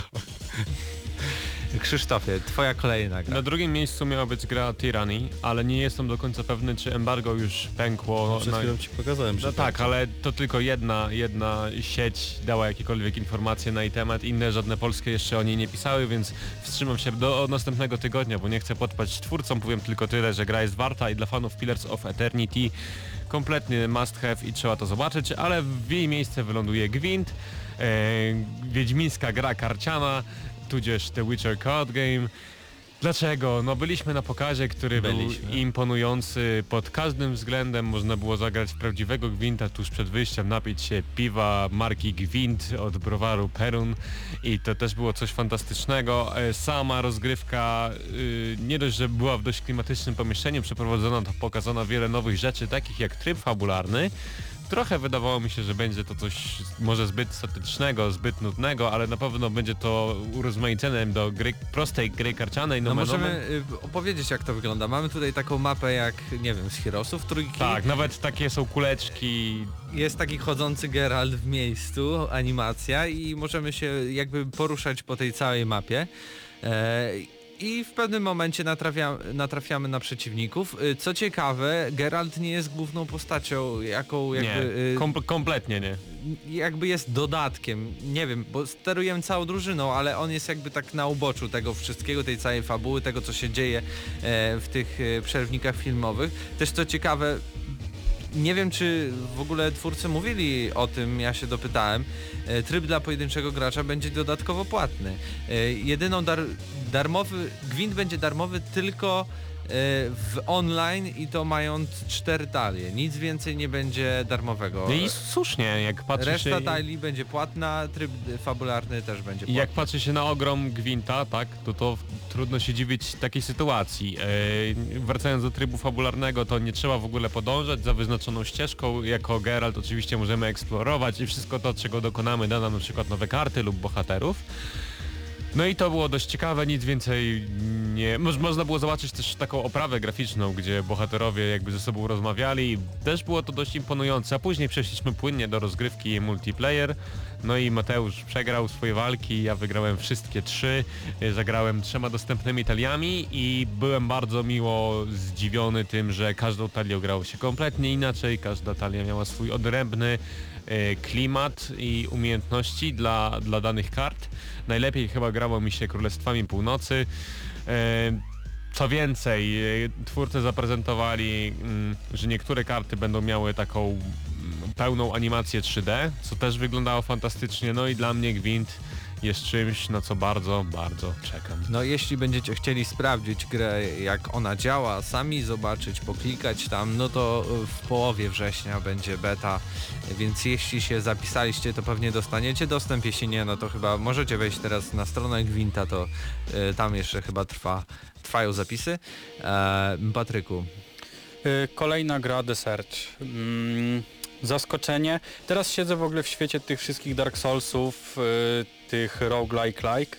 Krzysztofie, twoja kolejna gra. Na drugim miejscu miała być gra Tyranny, ale nie jestem do końca pewny, czy embargo już pękło. Przed na- chwilą ci pokazałem, że No tak, ale to tylko jedna, jedna sieć dała jakiekolwiek informacje na jej temat, inne żadne polskie jeszcze o niej nie pisały, więc wstrzymam się do następnego tygodnia, bo nie chcę podpaść twórcom, powiem tylko tyle, że gra jest warta i dla fanów Pillars of Eternity kompletnie must have i trzeba to zobaczyć, ale w jej miejsce wyląduje Gwint, e, wiedźmińska gra karciana, tudzież The Witcher Card Game. Dlaczego? No byliśmy na pokazie, który Byliśmy. był imponujący pod każdym względem. Można było zagrać w prawdziwego Gwinta tuż przed wyjściem, napić się piwa marki Gwint od browaru Perun i to też było coś fantastycznego. E, Sama rozgrywka y, nie dość, że była w dość klimatycznym pomieszczeniu przeprowadzona, to pokazano wiele nowych rzeczy, takich jak tryb fabularny. Trochę wydawało mi się, że będzie to coś może zbyt statycznego, zbyt nudnego, ale na pewno będzie to urozmaicone do gry, prostej gry karcianej. No nomen możemy omen. y, opowiedzieć, jak to wygląda. Mamy tutaj taką mapę jak, nie wiem, z Heroesów trójki. Tak, nawet takie są kuleczki. Jest taki chodzący Geralt w miejscu, animacja i możemy się jakby poruszać po tej całej mapie. E, I w pewnym momencie natrafia, natrafiamy na przeciwników. Y, Co ciekawe, Geralt nie jest główną postacią, jaką jakby... Nie, y, kom kompletnie nie. jakby jest dodatkiem, nie wiem, bo sterujemy całą drużyną, ale on jest jakby tak na uboczu tego wszystkiego, tej całej fabuły, tego co się dzieje e, w tych e, przerwnikach filmowych. Też co ciekawe, nie wiem czy w ogóle twórcy mówili o tym, ja się dopytałem, e, tryb dla pojedynczego gracza będzie dodatkowo płatny. E, jedyną dar darmowy, Gwint będzie darmowy tylko w online i to mając cztery talie. Nic więcej nie będzie darmowego. No i słusznie, jak patrzy Reszta się... talii będzie płatna, tryb fabularny też będzie I płatny. jak patrzy się na ogrom Gwinta, tak, to to trudno się dziwić takiej sytuacji. E, wracając do trybu fabularnego, to nie trzeba w ogóle podążać za wyznaczoną ścieżką. Jako Geralt oczywiście możemy eksplorować i wszystko to, czego dokonamy, da nam na przykład nowe karty lub bohaterów. No i to było dość ciekawe, nic więcej nie... Moż, można było zobaczyć też taką oprawę graficzną, gdzie bohaterowie jakby ze sobą rozmawiali i też było to dość imponujące, a później przeszliśmy płynnie do rozgrywki multiplayer. No i Mateusz przegrał swoje walki, ja wygrałem wszystkie trzy, zagrałem trzema dostępnymi taliami i byłem bardzo miło zdziwiony tym, że każdą talią grało się kompletnie inaczej, każda talia miała swój odrębny klimat i umiejętności dla, dla danych kart. Najlepiej chyba grało mi się Królestwami Północy. Co więcej, twórcy zaprezentowali, że niektóre karty będą miały taką pełną animację trzy D, co też wyglądało fantastycznie. No i dla mnie Gwint jest czymś, na co bardzo, bardzo czekam. No jeśli będziecie chcieli sprawdzić grę, jak ona działa, sami zobaczyć, poklikać tam, no to w połowie września będzie beta, więc jeśli się zapisaliście, to pewnie dostaniecie dostęp, jeśli nie, no to chyba możecie wejść teraz na stronę Gwinta, to y, tam jeszcze chyba trwa, trwają zapisy. E, Patryku. Y, Kolejna gra The Search. Mm, zaskoczenie. Teraz siedzę w ogóle w świecie tych wszystkich Dark Soulsów, y, tych roguelike-like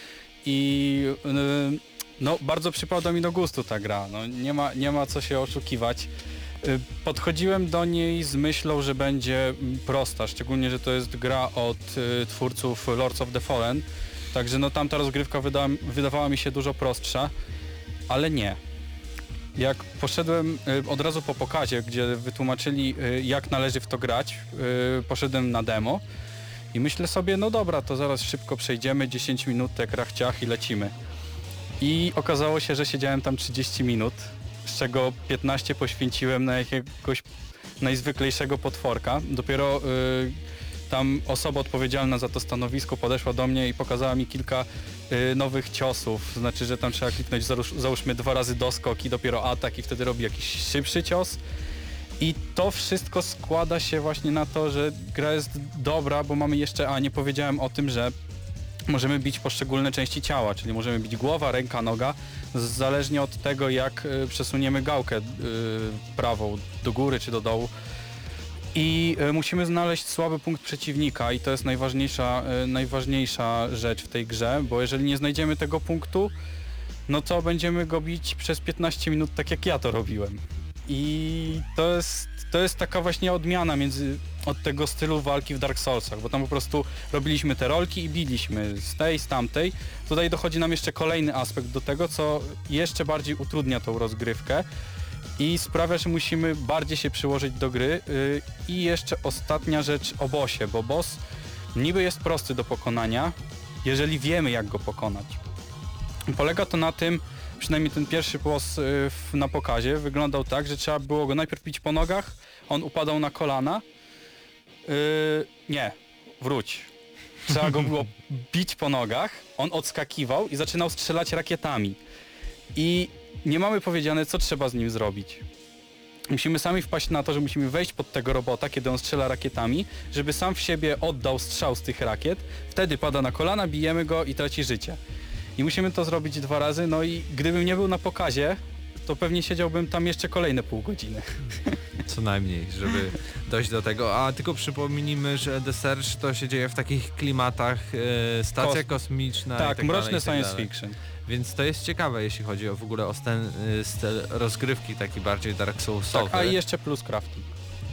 i y, no bardzo przypada mi do gustu ta gra, no nie ma, nie ma co się oszukiwać. Y, podchodziłem do niej z myślą, że będzie prosta, szczególnie, że to jest gra od y, twórców Lords of the Fallen, także no tamta rozgrywka wyda, wydawała mi się dużo prostsza, ale nie. Jak poszedłem y, od razu po pokazie, gdzie wytłumaczyli y, jak należy w to grać, y, poszedłem na demo i myślę sobie, no dobra, to zaraz szybko przejdziemy, dziesięć minut, jak rachciach i lecimy. I okazało się, że siedziałem tam trzydzieści minut, z czego piętnaście poświęciłem na jakiegoś najzwyklejszego potworka. Dopiero y, tam osoba odpowiedzialna za to stanowisko podeszła do mnie i pokazała mi kilka y, nowych ciosów. Znaczy, że tam trzeba kliknąć załóżmy dwa razy doskok i dopiero atak i wtedy robi jakiś szybszy cios. I to wszystko składa się właśnie na to, że gra jest dobra, bo mamy jeszcze, a nie powiedziałem o tym, że możemy bić poszczególne części ciała, czyli możemy bić głowa, ręka, noga, zależnie od tego, jak y, przesuniemy gałkę y, prawą do góry czy do dołu. I y, musimy znaleźć słaby punkt przeciwnika i to jest najważniejsza, y, najważniejsza rzecz w tej grze, bo jeżeli nie znajdziemy tego punktu, no to będziemy go bić przez piętnaście minut, tak jak ja to robiłem. I to jest, to jest taka właśnie odmiana między, od tego stylu walki w Dark Soulsach, bo tam po prostu robiliśmy te rolki i biliśmy z tej, z tamtej. Tutaj dochodzi nam jeszcze kolejny aspekt do tego, co jeszcze bardziej utrudnia tą rozgrywkę i sprawia, że musimy bardziej się przyłożyć do gry. Yy, I jeszcze ostatnia rzecz o bossie, bo boss niby jest prosty do pokonania, jeżeli wiemy, jak go pokonać. Polega to na tym, przynajmniej ten pierwszy boss yy, na pokazie wyglądał tak, że trzeba było go najpierw bić po nogach, on upadał na kolana. Yy, nie, wróć. Trzeba go było bić po nogach, on odskakiwał i zaczynał strzelać rakietami. I nie mamy powiedziane, co trzeba z nim zrobić. Musimy sami wpaść na to, że musimy wejść pod tego robota, kiedy on strzela rakietami, żeby sam w siebie oddał strzał z tych rakiet, wtedy pada na kolana, bijemy go i traci życie. I musimy to zrobić dwa razy, no i gdybym nie był na pokazie, to pewnie siedziałbym tam jeszcze kolejne pół godziny. Co najmniej, żeby dojść do tego. A tylko przypomnijmy, że The Search to się dzieje w takich klimatach e, stacja Kos- kosmiczna tak, i tak mroczny dalej, i tak science dalej. fiction. Więc to jest ciekawe, jeśli chodzi o w ogóle o ten y, styl rozgrywki, taki bardziej Dark Soulsowy. Tak, a i jeszcze plus crafting.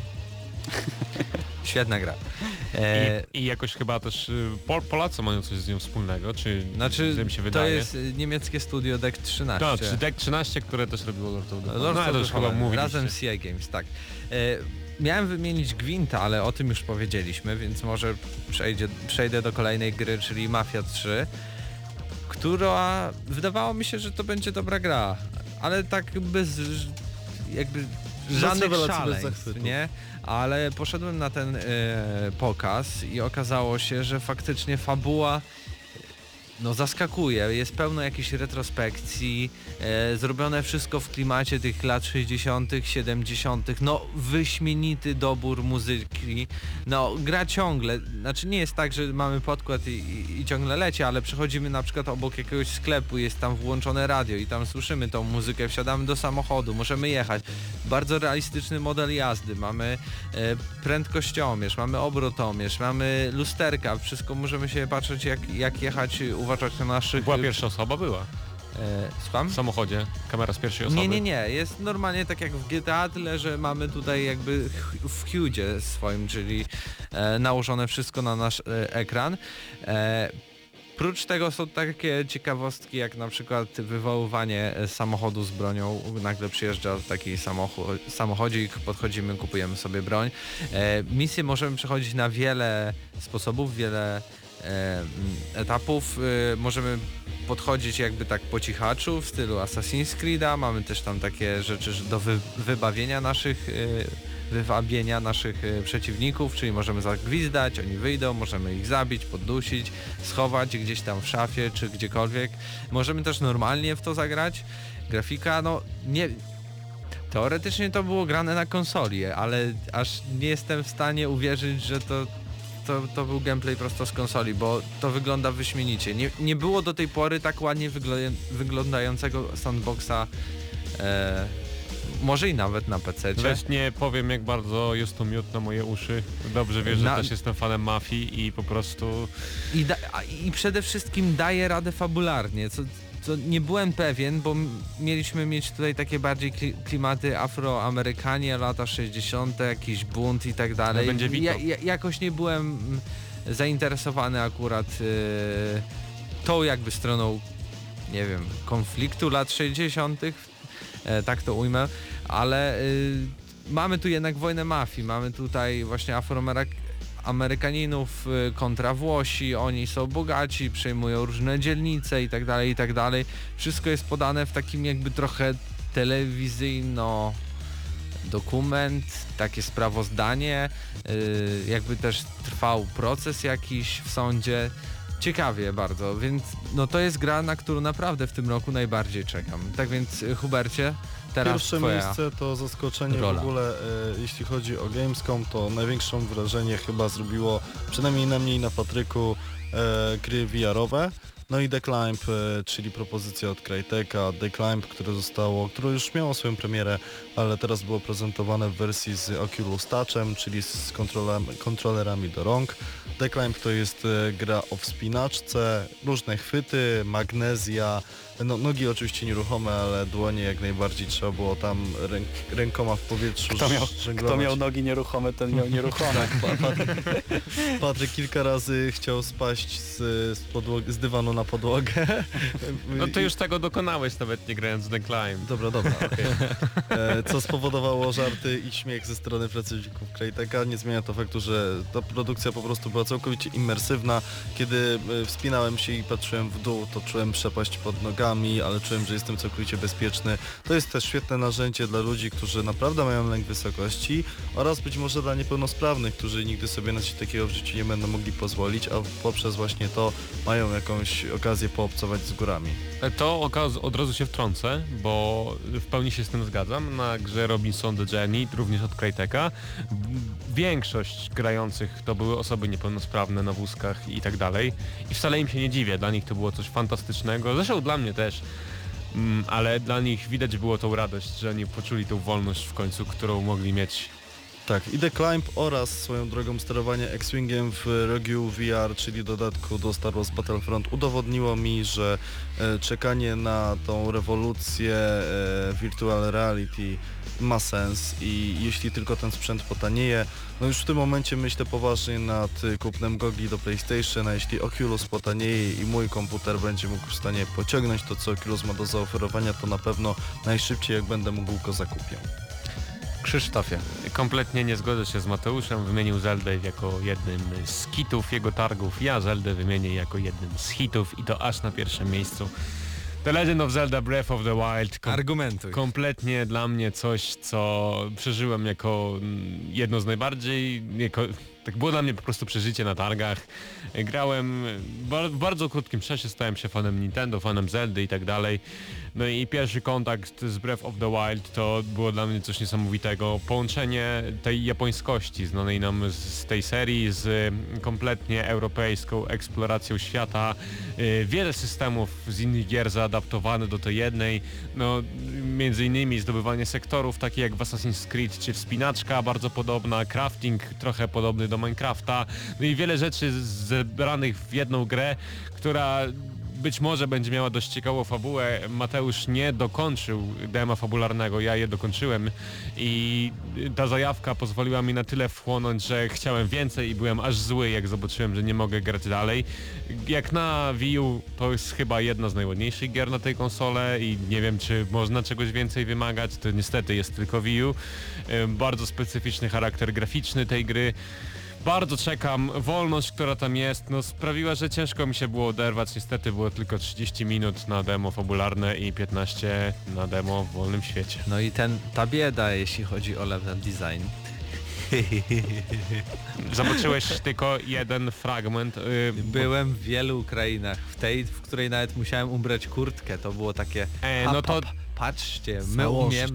Świetna gra. E, I, I jakoś chyba też y, Pol Polacy mają coś z nią wspólnego, czy znaczy, że mi się to wydaje. jest y, niemieckie studio Deck trzynaście. Tak, czy Deck trzynaście, które też robiło Lord of the Lord No, of ale the już chyba Fallen, mówiliście. razem z C I Games, tak. E, miałem wymienić Gwinta, ale o tym już powiedzieliśmy, więc może przejdzie, przejdę do kolejnej gry, czyli Mafia trzy, która wydawało mi się, że to będzie dobra gra, ale tak bez jakby żadnych rewelacji, bez szaleństw, zachwytu. nie? Ale poszedłem na ten e, pokaz i okazało się, że faktycznie fabuła no zaskakuje, jest pełno jakichś retrospekcji, e, zrobione wszystko w klimacie tych lat sześćdziesiątych, siedemdziesiątych, no wyśmienity dobór muzyki, no gra ciągle, znaczy nie jest tak, że mamy podkład i, i, i ciągle leci, ale przechodzimy na przykład obok jakiegoś sklepu, jest tam włączone radio i tam słyszymy tą muzykę, wsiadamy do samochodu, możemy jechać, bardzo realistyczny model jazdy, mamy e, prędkościomierz, mamy obrotomierz, mamy lusterka, wszystko możemy się patrzeć jak, jak jechać, uważać na naszych... Była pierwsza osoba, była. E, Słucham? W samochodzie, kamera z pierwszej osoby. Nie, nie, nie, jest normalnie tak jak w G T A, tyle że mamy tutaj jakby w hudzie swoim, czyli e, nałożone wszystko na nasz e, ekran. E, Prócz tego są takie ciekawostki jak na przykład wywoływanie samochodu z bronią. Nagle przyjeżdża taki samochód, samochodzik, podchodzimy, kupujemy sobie broń. E, misje możemy przechodzić na wiele sposobów, wiele e, etapów. E, możemy podchodzić jakby tak po cichaczu w stylu Assassin's Creed'a. Mamy też tam takie rzeczy do wy, wybawienia naszych e, wywabienia naszych y, przeciwników, czyli możemy zagwizdać, oni wyjdą, możemy ich zabić, poddusić, schować gdzieś tam w szafie czy gdziekolwiek. Możemy też normalnie w to zagrać. Grafika, no nie... Teoretycznie to było grane na konsoli, ale aż nie jestem w stanie uwierzyć, że to, to, to był gameplay prosto z konsoli, bo to wygląda wyśmienicie. Nie, nie było do tej pory tak ładnie wygl- wyglądającego sandboxa e, może i nawet na pececie. Weź nie powiem jak bardzo jest to miód na moje uszy. Dobrze wiesz, że Na- też jestem fanem mafii i po prostu... I, da, a- I przede wszystkim daje radę fabularnie, co, co nie byłem pewien, bo m- mieliśmy mieć tutaj takie bardziej kli- klimaty afroamerykanie, lata sześćdziesiąte, jakiś bunt i tak dalej. będzie Vito. Ja, ja, jakoś nie byłem mm, zainteresowany akurat yy, tą jakby stroną, nie wiem, konfliktu lat sześćdziesiątych, e, tak to ujmę, ale y, mamy tu jednak wojnę mafii, mamy tutaj właśnie Afroamerykaninów y, kontra Włosi, oni są bogaci, przejmują różne dzielnice i tak dalej, i tak dalej. Wszystko jest podane w takim jakby trochę telewizyjno dokument, takie sprawozdanie, y, jakby też trwał proces jakiś w sądzie. Ciekawie bardzo, więc no to jest gra, na którą naprawdę w tym roku najbardziej czekam. Tak więc y, Hubercie, teraz Pierwsze twoja miejsce to zaskoczenie rola. w ogóle, e, jeśli chodzi o Gamescom, to największą wrażenie chyba zrobiło, przynajmniej na mnie i na Patryku, e, gry V R-owe. No i The Climb, e, czyli propozycja od Crytek'a, The Climb, które zostało, które już miało swoją premierę, ale teraz było prezentowane w wersji z Oculus Touchem, czyli z kontrolem, kontrolerami do rąk. The Climb to jest e, gra o wspinaczce, różne chwyty, magnezja, no, nogi oczywiście nieruchome, ale dłonie jak najbardziej trzeba było tam ręk, rękoma w powietrzu Kto miał, żonglować. kto miał nogi nieruchome, ten miał nieruchome. Patryk, Patryk kilka razy chciał spaść z, z, podłog- z dywanu na podłogę. No ty już tego dokonałeś nawet nie grając w The Climb. Dobra, dobra, okej. E, Co spowodowało żarty i śmiech ze strony pracowników Crytek'a. Nie zmienia to faktu, że ta produkcja po prostu była całkowicie imersywna. Kiedy e, wspinałem się i patrzyłem w dół, to czułem przepaść pod nogami, ale czułem, że jestem całkowicie bezpieczny. To jest też świetne narzędzie dla ludzi, którzy naprawdę mają lęk wysokości oraz być może dla niepełnosprawnych, którzy nigdy sobie na coś takiego w życiu nie będą mogli pozwolić, a poprzez właśnie to mają jakąś okazję poobcować z górami. To okaz- od razu się wtrącę, bo w pełni się z tym zgadzam. Na grze Robinson The Journey, również od Crytek'a, większość grających to były osoby niepełnosprawne na wózkach i tak dalej. I wcale im się nie dziwię, dla nich to było coś fantastycznego. Zresztą dla mnie też. Mm, ale dla nich widać było tą radość, że oni poczuli tą wolność w końcu, którą mogli mieć. Tak, i The Climb oraz swoją drogą sterowanie X-Wingiem w Rogue V R, czyli dodatku do Star Wars Battlefront, udowodniło mi, że e, czekanie na tą rewolucję e, virtual reality ma sens i jeśli tylko ten sprzęt potanieje, no już w tym momencie myślę poważnie nad y, kupnem gogli do PlayStation, a jeśli Oculus potanieje i mój komputer będzie mógł w stanie pociągnąć to, co Oculus ma do zaoferowania, to na pewno najszybciej jak będę mógł go zakupię. Krzysztofie. Kompletnie nie zgodzę się z Mateuszem, wymienił Zeldę jako jednym z hitów jego targów. Ja Zeldę wymienię jako jednym z hitów i to aż na pierwszym miejscu. The Legend of Zelda Breath of the Wild. Kom- Argumentuj. kompletnie dla mnie coś, co przeżyłem jako mm, jedno z najbardziej... Jako, tak było dla mnie po prostu przeżycie na targach. Grałem ba- w bardzo krótkim czasie, stałem się fanem Nintendo, fanem Zeldy i tak dalej. No i pierwszy kontakt z Breath of the Wild to było dla mnie coś niesamowitego. Połączenie tej japońskości znanej nam z, z tej serii z kompletnie europejską eksploracją świata. Yy, wiele systemów z innych gier zaadaptowane do tej jednej. No między innymi zdobywanie sektorów, takie jak w Assassin's Creed czy wspinaczka bardzo podobna, crafting trochę podobny do Minecrafta. No i wiele rzeczy zebranych w jedną grę, która być może będzie miała dość ciekawą fabułę. Mateusz nie dokończył dema fabularnego, ja je dokończyłem i ta zajawka pozwoliła mi na tyle wchłonąć, że chciałem więcej i byłem aż zły, jak zobaczyłem, że nie mogę grać dalej. Jak na Wii U to jest chyba jedna z najładniejszych gier na tej konsole i nie wiem, czy można czegoś więcej wymagać, to niestety jest tylko Wii U. Bardzo specyficzny charakter graficzny tej gry. Bardzo czekam, wolność, która tam jest, no sprawiła, że ciężko mi się było oderwać, niestety było tylko trzydzieści minut na demo fabularne i piętnaście na demo w wolnym świecie. No i ten, ta bieda, jeśli chodzi o level design. Zobaczyłeś tylko jeden fragment. Yy, Byłem w wielu krainach, w tej, w której nawet musiałem ubrać kurtkę, to było takie, E, a, no to pa, pa, patrzcie, my Założyć. umiemy.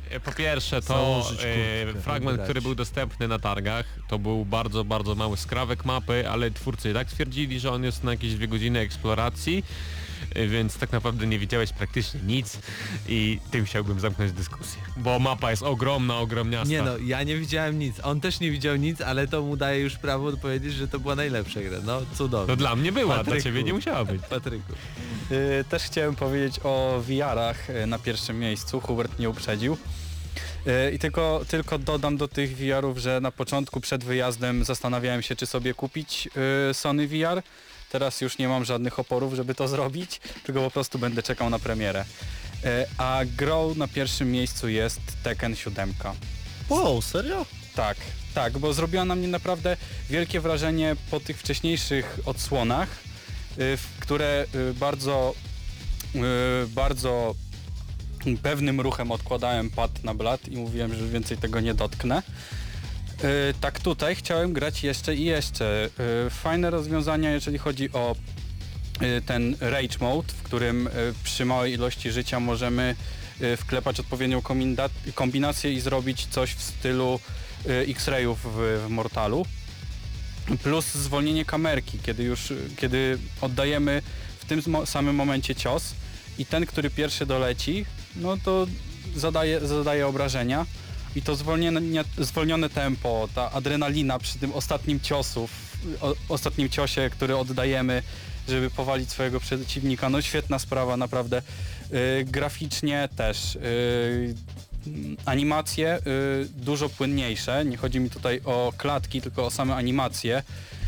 Po pierwsze to Założyć e, kurtkę. fragment, Wybrać. który był dostępny na targach, to był bardzo, bardzo mały skrawek mapy, ale twórcy i tak stwierdzili, że on jest na jakieś dwie godziny eksploracji, e, więc tak naprawdę nie widziałeś praktycznie nic i tym chciałbym zamknąć dyskusję. Bo mapa jest ogromna, ogromniasta. Nie no, ja nie widziałem nic. On też nie widział nic, ale to mu daje już prawo powiedzieć, że to była najlepsza gra. No cudownie. To dla mnie była, Patryku. dla ciebie nie musiała być. Patryku. Yy, też chciałem powiedzieć o V R-ach yy, na pierwszym miejscu, Hubert mnie uprzedził. Yy, I tylko, tylko dodam do tych V R-ów, że na początku przed wyjazdem zastanawiałem się, czy sobie kupić yy, Sony V R. Teraz już nie mam żadnych oporów, żeby to zrobić, tylko po prostu będę czekał na premierę. Yy, a grą na pierwszym miejscu jest Tekken siedem. Wow, serio? Tak, tak, bo zrobiła na mnie naprawdę wielkie wrażenie po tych wcześniejszych odsłonach, y, w które y, bardzo, y, bardzo pewnym ruchem odkładałem pad na blat i mówiłem, że więcej tego nie dotknę. Y, tak tutaj chciałem grać jeszcze i jeszcze. Y, fajne rozwiązania, jeżeli chodzi o y, ten Rage Mode, w którym y, przy małej ilości życia możemy y, wklepać odpowiednią kombina- kombinację i zrobić coś w stylu y, X-rayów w, w Mortalu. Plus zwolnienie kamerki, kiedy już kiedy oddajemy w tym mo- samym momencie cios i ten, który pierwszy doleci, no to zadaje, zadaje obrażenia i to zwolnienie, zwolnione tempo, ta adrenalina przy tym ostatnim ciosu, o, ostatnim ciosie, który oddajemy, żeby powalić swojego przeciwnika, no świetna sprawa, naprawdę. Yy, graficznie też. Yy, animacje y, dużo płynniejsze, nie chodzi mi tutaj o klatki, tylko o same animacje.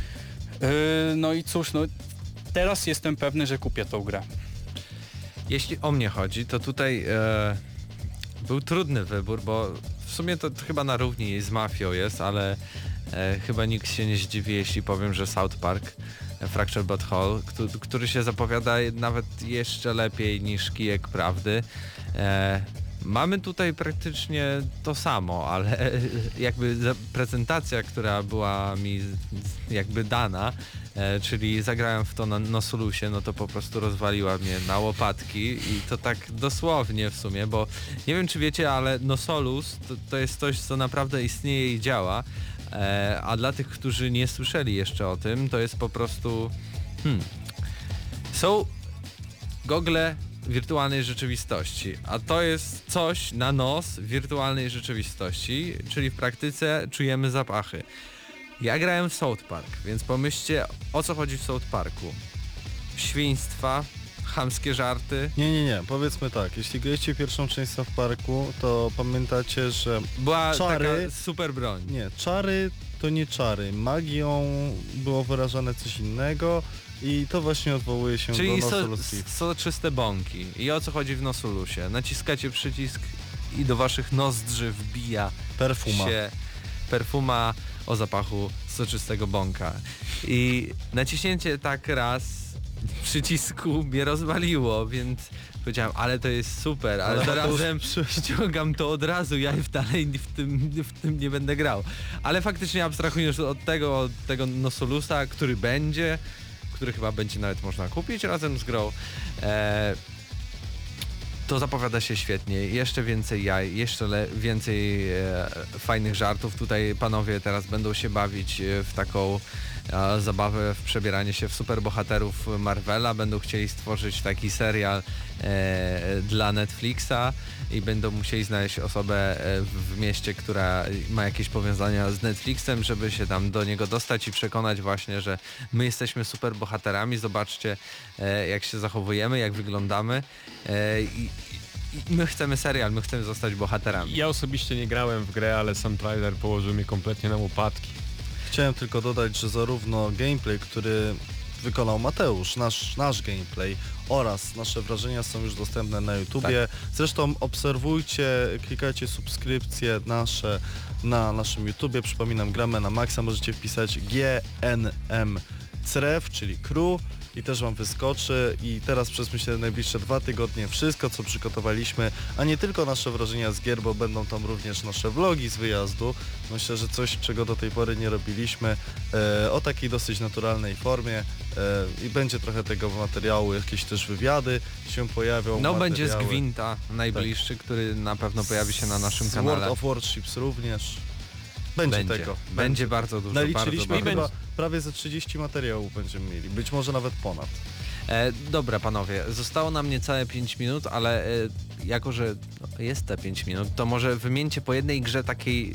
Y, no i cóż, no teraz jestem pewny, że kupię tą grę. Jeśli o mnie chodzi, to tutaj e, był trudny wybór, bo w sumie to chyba na równi z Mafią jest, ale e, chyba nikt się nie zdziwi, jeśli powiem, że South Park e, Fractured But Whole, który, który się zapowiada nawet jeszcze lepiej niż Kijek Prawdy. E, Mamy tutaj praktycznie to samo, ale jakby prezentacja, która była mi jakby dana, e, czyli zagrałem w to na Nosulusie, no to po prostu rozwaliła mnie na łopatki i to tak dosłownie w sumie, bo nie wiem czy wiecie, ale Nosolus to, to jest coś, co naprawdę istnieje i działa, e, a dla tych, którzy nie słyszeli jeszcze o tym, to jest po prostu hmm, są gogle wirtualnej rzeczywistości, a to jest coś na nos wirtualnej rzeczywistości, czyli w praktyce czujemy zapachy. Ja grałem w South Park, więc pomyślcie, o co chodzi w South Parku. Świństwa, chamskie żarty. Nie, nie, nie, powiedzmy tak, jeśli graliście pierwszą część South Parku, to pamiętacie, że Była czary, taka super broń. nie, czary to nie czary, magią było wyrażane coś innego i to właśnie odwołuje się Czyli do so, Nosuluski. soczyste bąki. I o co chodzi w Nosulusie? Naciskacie przycisk i do waszych nozdrzy wbija Perfuma. się perfuma o zapachu soczystego bąka. I naciśnięcie tak raz przycisku mnie rozwaliło, więc powiedziałem, ale to jest super, ale, Ale zarazem to już ściągam to od razu, ja dalej w tym, w tym nie będę grał. Ale faktycznie abstrahując od tego, od tego Nosulusa, który będzie, który chyba będzie nawet można kupić razem z grą, e, to zapowiada się świetnie. Jeszcze więcej jaj, jeszcze le, więcej e, fajnych żartów. Tutaj panowie teraz będą się bawić e, w taką e, zabawę w przebieranie się w superbohaterów Marvela. Będą chcieli stworzyć taki serial e, dla Netflixa i będą musieli znaleźć osobę e, w mieście, która ma jakieś powiązania z Netflixem, żeby się tam do niego dostać i przekonać właśnie, że my jesteśmy superbohaterami. Zobaczcie, e, jak się zachowujemy, jak wyglądamy. E, i, i my chcemy serial, my chcemy zostać bohaterami. Ja osobiście nie grałem w grę, ale sam trailer położył mnie kompletnie na łopatki. Chciałem tylko dodać, że zarówno gameplay, który wykonał Mateusz, nasz, nasz gameplay oraz nasze wrażenia są już dostępne na YouTubie. Tak. Zresztą obserwujcie, klikajcie subskrypcje nasze na naszym YouTubie. Przypominam, gramy na maksa, możecie wpisać G N M Crew, czyli Crew i też wam wyskoczy i teraz przez myślę najbliższe dwa tygodnie wszystko co przygotowaliśmy, a nie tylko nasze wrażenia z gier, bo będą tam również nasze vlogi z wyjazdu. Myślę, że coś czego do tej pory nie robiliśmy e, o takiej dosyć naturalnej formie e, i będzie trochę tego materiału, jakieś też wywiady się pojawią. No będzie z materiały. Gwinta najbliższy, tak. który na pewno pojawi się na naszym z kanale. World of Warships również. Będzie, Będzie tego. Będzie, będzie bardzo dużo. Naliczyliśmy bardzo, bardzo. chyba prawie ze trzydzieści materiałów będziemy mieli, być może nawet ponad. E, dobra panowie, zostało nam niecałe pięć minut, ale e, jako, że no, jest te pięć minut, to może wymieńcie po jednej grze takiej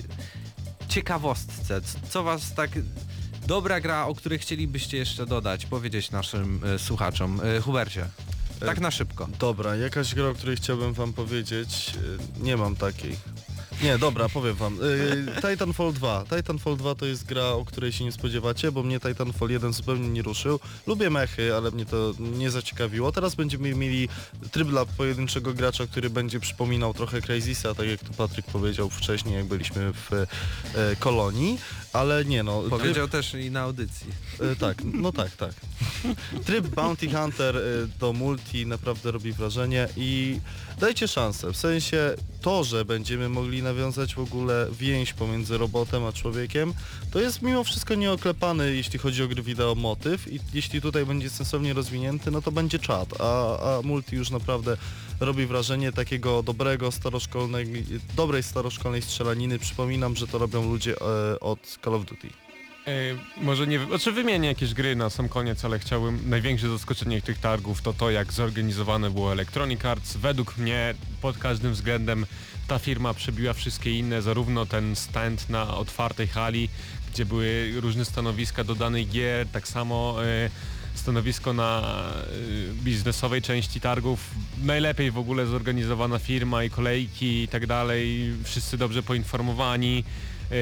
ciekawostce. C- Co was tak... Dobra gra, o której chcielibyście jeszcze dodać, powiedzieć naszym e, słuchaczom. E, Hubercie, tak na szybko. Dobra, jakaś gra, o której chciałbym wam powiedzieć, y, nie mam takiej. Nie, dobra, powiem wam. Y, Titanfall dwa. Titanfall dwa to jest gra, o której się nie spodziewacie, bo mnie Titanfall jeden zupełnie nie ruszył. Lubię mechy, ale mnie to nie zaciekawiło. Teraz będziemy mieli tryb dla pojedynczego gracza, który będzie przypominał trochę Crysisa, tak jak tu Patryk powiedział wcześniej, jak byliśmy w e, kolonii, ale nie no. Powiedział tryb... też i na audycji. E, tak, no tak, tak. Tryb Bounty Hunter e, do multi naprawdę robi wrażenie i dajcie szansę, w sensie to, że będziemy mogli nawiązać w ogóle więź pomiędzy robotem a człowiekiem, to jest mimo wszystko nieoklepany, jeśli chodzi o gry wideo motyw i jeśli tutaj będzie sensownie rozwinięty, no to będzie czat, a, a multi już naprawdę robi wrażenie takiego dobrego, staroszkolnej, dobrej staroszkolnej strzelaniny. Przypominam, że to robią ludzie e, od Call of Duty. Yy, może nie, znaczy wymienię jakieś gry na sam koniec, ale chciałbym, największe zaskoczenie tych targów to to, jak zorganizowane było Electronic Arts. Według mnie pod każdym względem ta firma przebiła wszystkie inne, zarówno ten stand na otwartej hali, gdzie były różne stanowiska do danych gier, tak samo yy, stanowisko na yy, biznesowej części targów. Najlepiej w ogóle zorganizowana firma i kolejki i tak dalej, wszyscy dobrze poinformowani. Yy,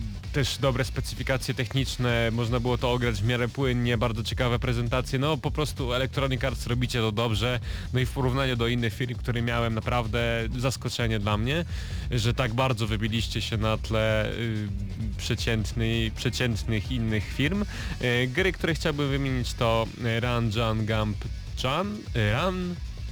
też dobre specyfikacje techniczne, można było to ograć w miarę płynnie, bardzo ciekawe prezentacje, no po prostu Electronic Arts robicie to dobrze, no i w porównaniu do innych firm, które miałem, naprawdę zaskoczenie dla mnie, że tak bardzo wybiliście się na tle y, przeciętnej, przeciętnych innych firm. Y, gry, które chciałbym wymienić to Run, Jump, Gump, Jump, Run,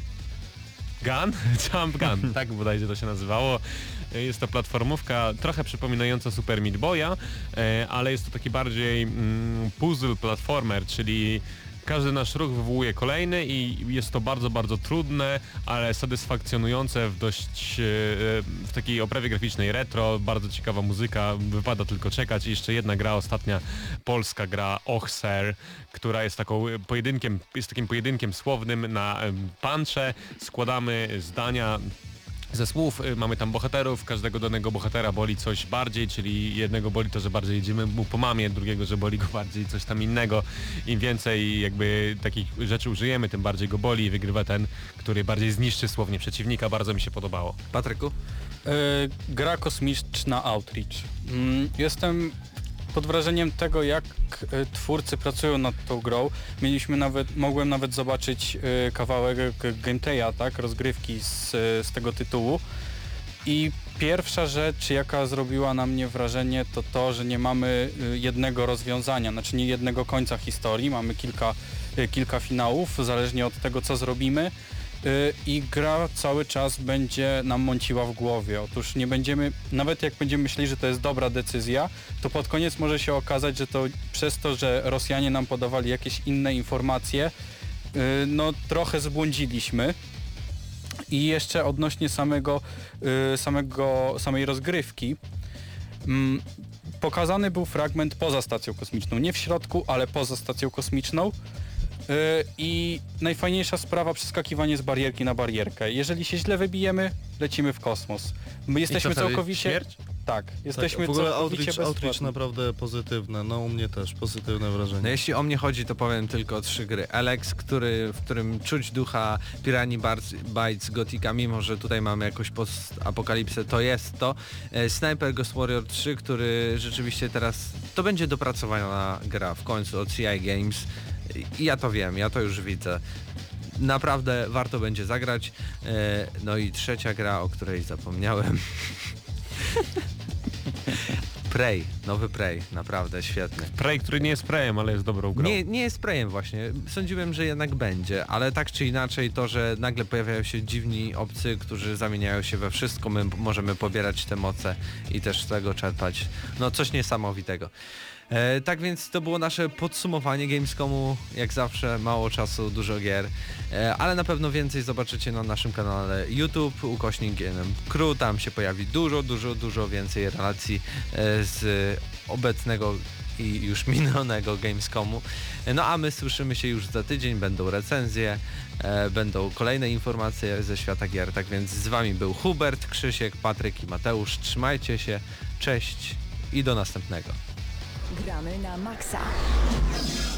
Gun? Jump Gun, tak bodajże to się nazywało. Jest to platformówka trochę przypominająca Super Meat Boya, ale jest to taki bardziej mm, puzzle platformer, czyli każdy nasz ruch wywołuje kolejny i jest to bardzo, bardzo trudne, ale satysfakcjonujące w dość, w takiej oprawie graficznej retro, bardzo ciekawa muzyka, wypada tylko czekać. I jeszcze jedna gra, ostatnia polska gra Ochser, która jest taką pojedynkiem, jest takim pojedynkiem słownym na puncze, składamy zdania ze słów, mamy tam bohaterów, każdego danego bohatera boli coś bardziej, czyli jednego boli to, że bardziej jedziemy mu po mamie, drugiego, że boli go bardziej coś tam innego. Im więcej jakby takich rzeczy użyjemy, tym bardziej go boli i wygrywa ten, który bardziej zniszczy słownie przeciwnika. Bardzo mi się podobało. Patryku? Yy, gra kosmiczna Outreach. Yy, jestem pod wrażeniem tego, jak y, twórcy pracują nad tą grą. Mieliśmy nawet, mogłem nawet zobaczyć y, kawałek gameplaya, tak, rozgrywki z, z tego tytułu. I pierwsza rzecz, jaka zrobiła na mnie wrażenie, to to, że nie mamy y, jednego rozwiązania, znaczy nie jednego końca historii, mamy kilka, y, kilka finałów, zależnie od tego, co zrobimy. I gra cały czas będzie nam mąciła w głowie. Otóż nie będziemy, nawet jak będziemy myśleli, że to jest dobra decyzja, to pod koniec może się okazać, że to przez to, że Rosjanie nam podawali jakieś inne informacje, no trochę zbłądziliśmy. I jeszcze odnośnie samego, samego samej rozgrywki, pokazany był fragment poza stacją kosmiczną. Nie w środku, ale poza stacją kosmiczną. Yy, I najfajniejsza sprawa, przeskakiwanie z barierki na barierkę. Jeżeli się źle wybijemy, lecimy w kosmos. My jesteśmy całkowicie... Śmierć? Tak, jesteśmy tak, w ogóle całkowicie outreach, outreach bezpłatni. naprawdę pozytywne, no u mnie też pozytywne wrażenie. No jeśli o mnie chodzi, to powiem tylko o trzy gry. Alex, który, w którym czuć ducha Piranha Bytes Gothica, mimo że tutaj mamy jakąś post-apokalipsę, to jest to. E, Sniper Ghost Warrior trzy, który rzeczywiście teraz, to będzie dopracowana gra w końcu od C I Games. I ja to wiem, ja to już widzę. Naprawdę warto będzie zagrać. E, no i trzecia gra, o której zapomniałem. Prey, nowy Prey, naprawdę świetny. Prey, który nie jest Preyem, ale jest dobrą grą. Nie, nie jest Preyem właśnie, sądziłem, że jednak będzie, ale tak czy inaczej to, że nagle pojawiają się dziwni obcy, którzy zamieniają się we wszystko, my możemy pobierać te moce i też z tego czerpać, no coś niesamowitego. E, tak więc to było nasze podsumowanie Gamescomu, jak zawsze mało czasu, dużo gier, e, ale na pewno więcej zobaczycie na naszym kanale YouTube, ukośnik G N M Crew, tam się pojawi dużo, dużo, dużo więcej relacji e, z obecnego i już minionego Gamescomu. No a my słyszymy się już za tydzień, będą recenzje, e, będą kolejne informacje ze świata gier, tak więc z wami był Hubert, Krzysiek, Patryk i Mateusz, trzymajcie się, cześć i do następnego. Gramy na maksa.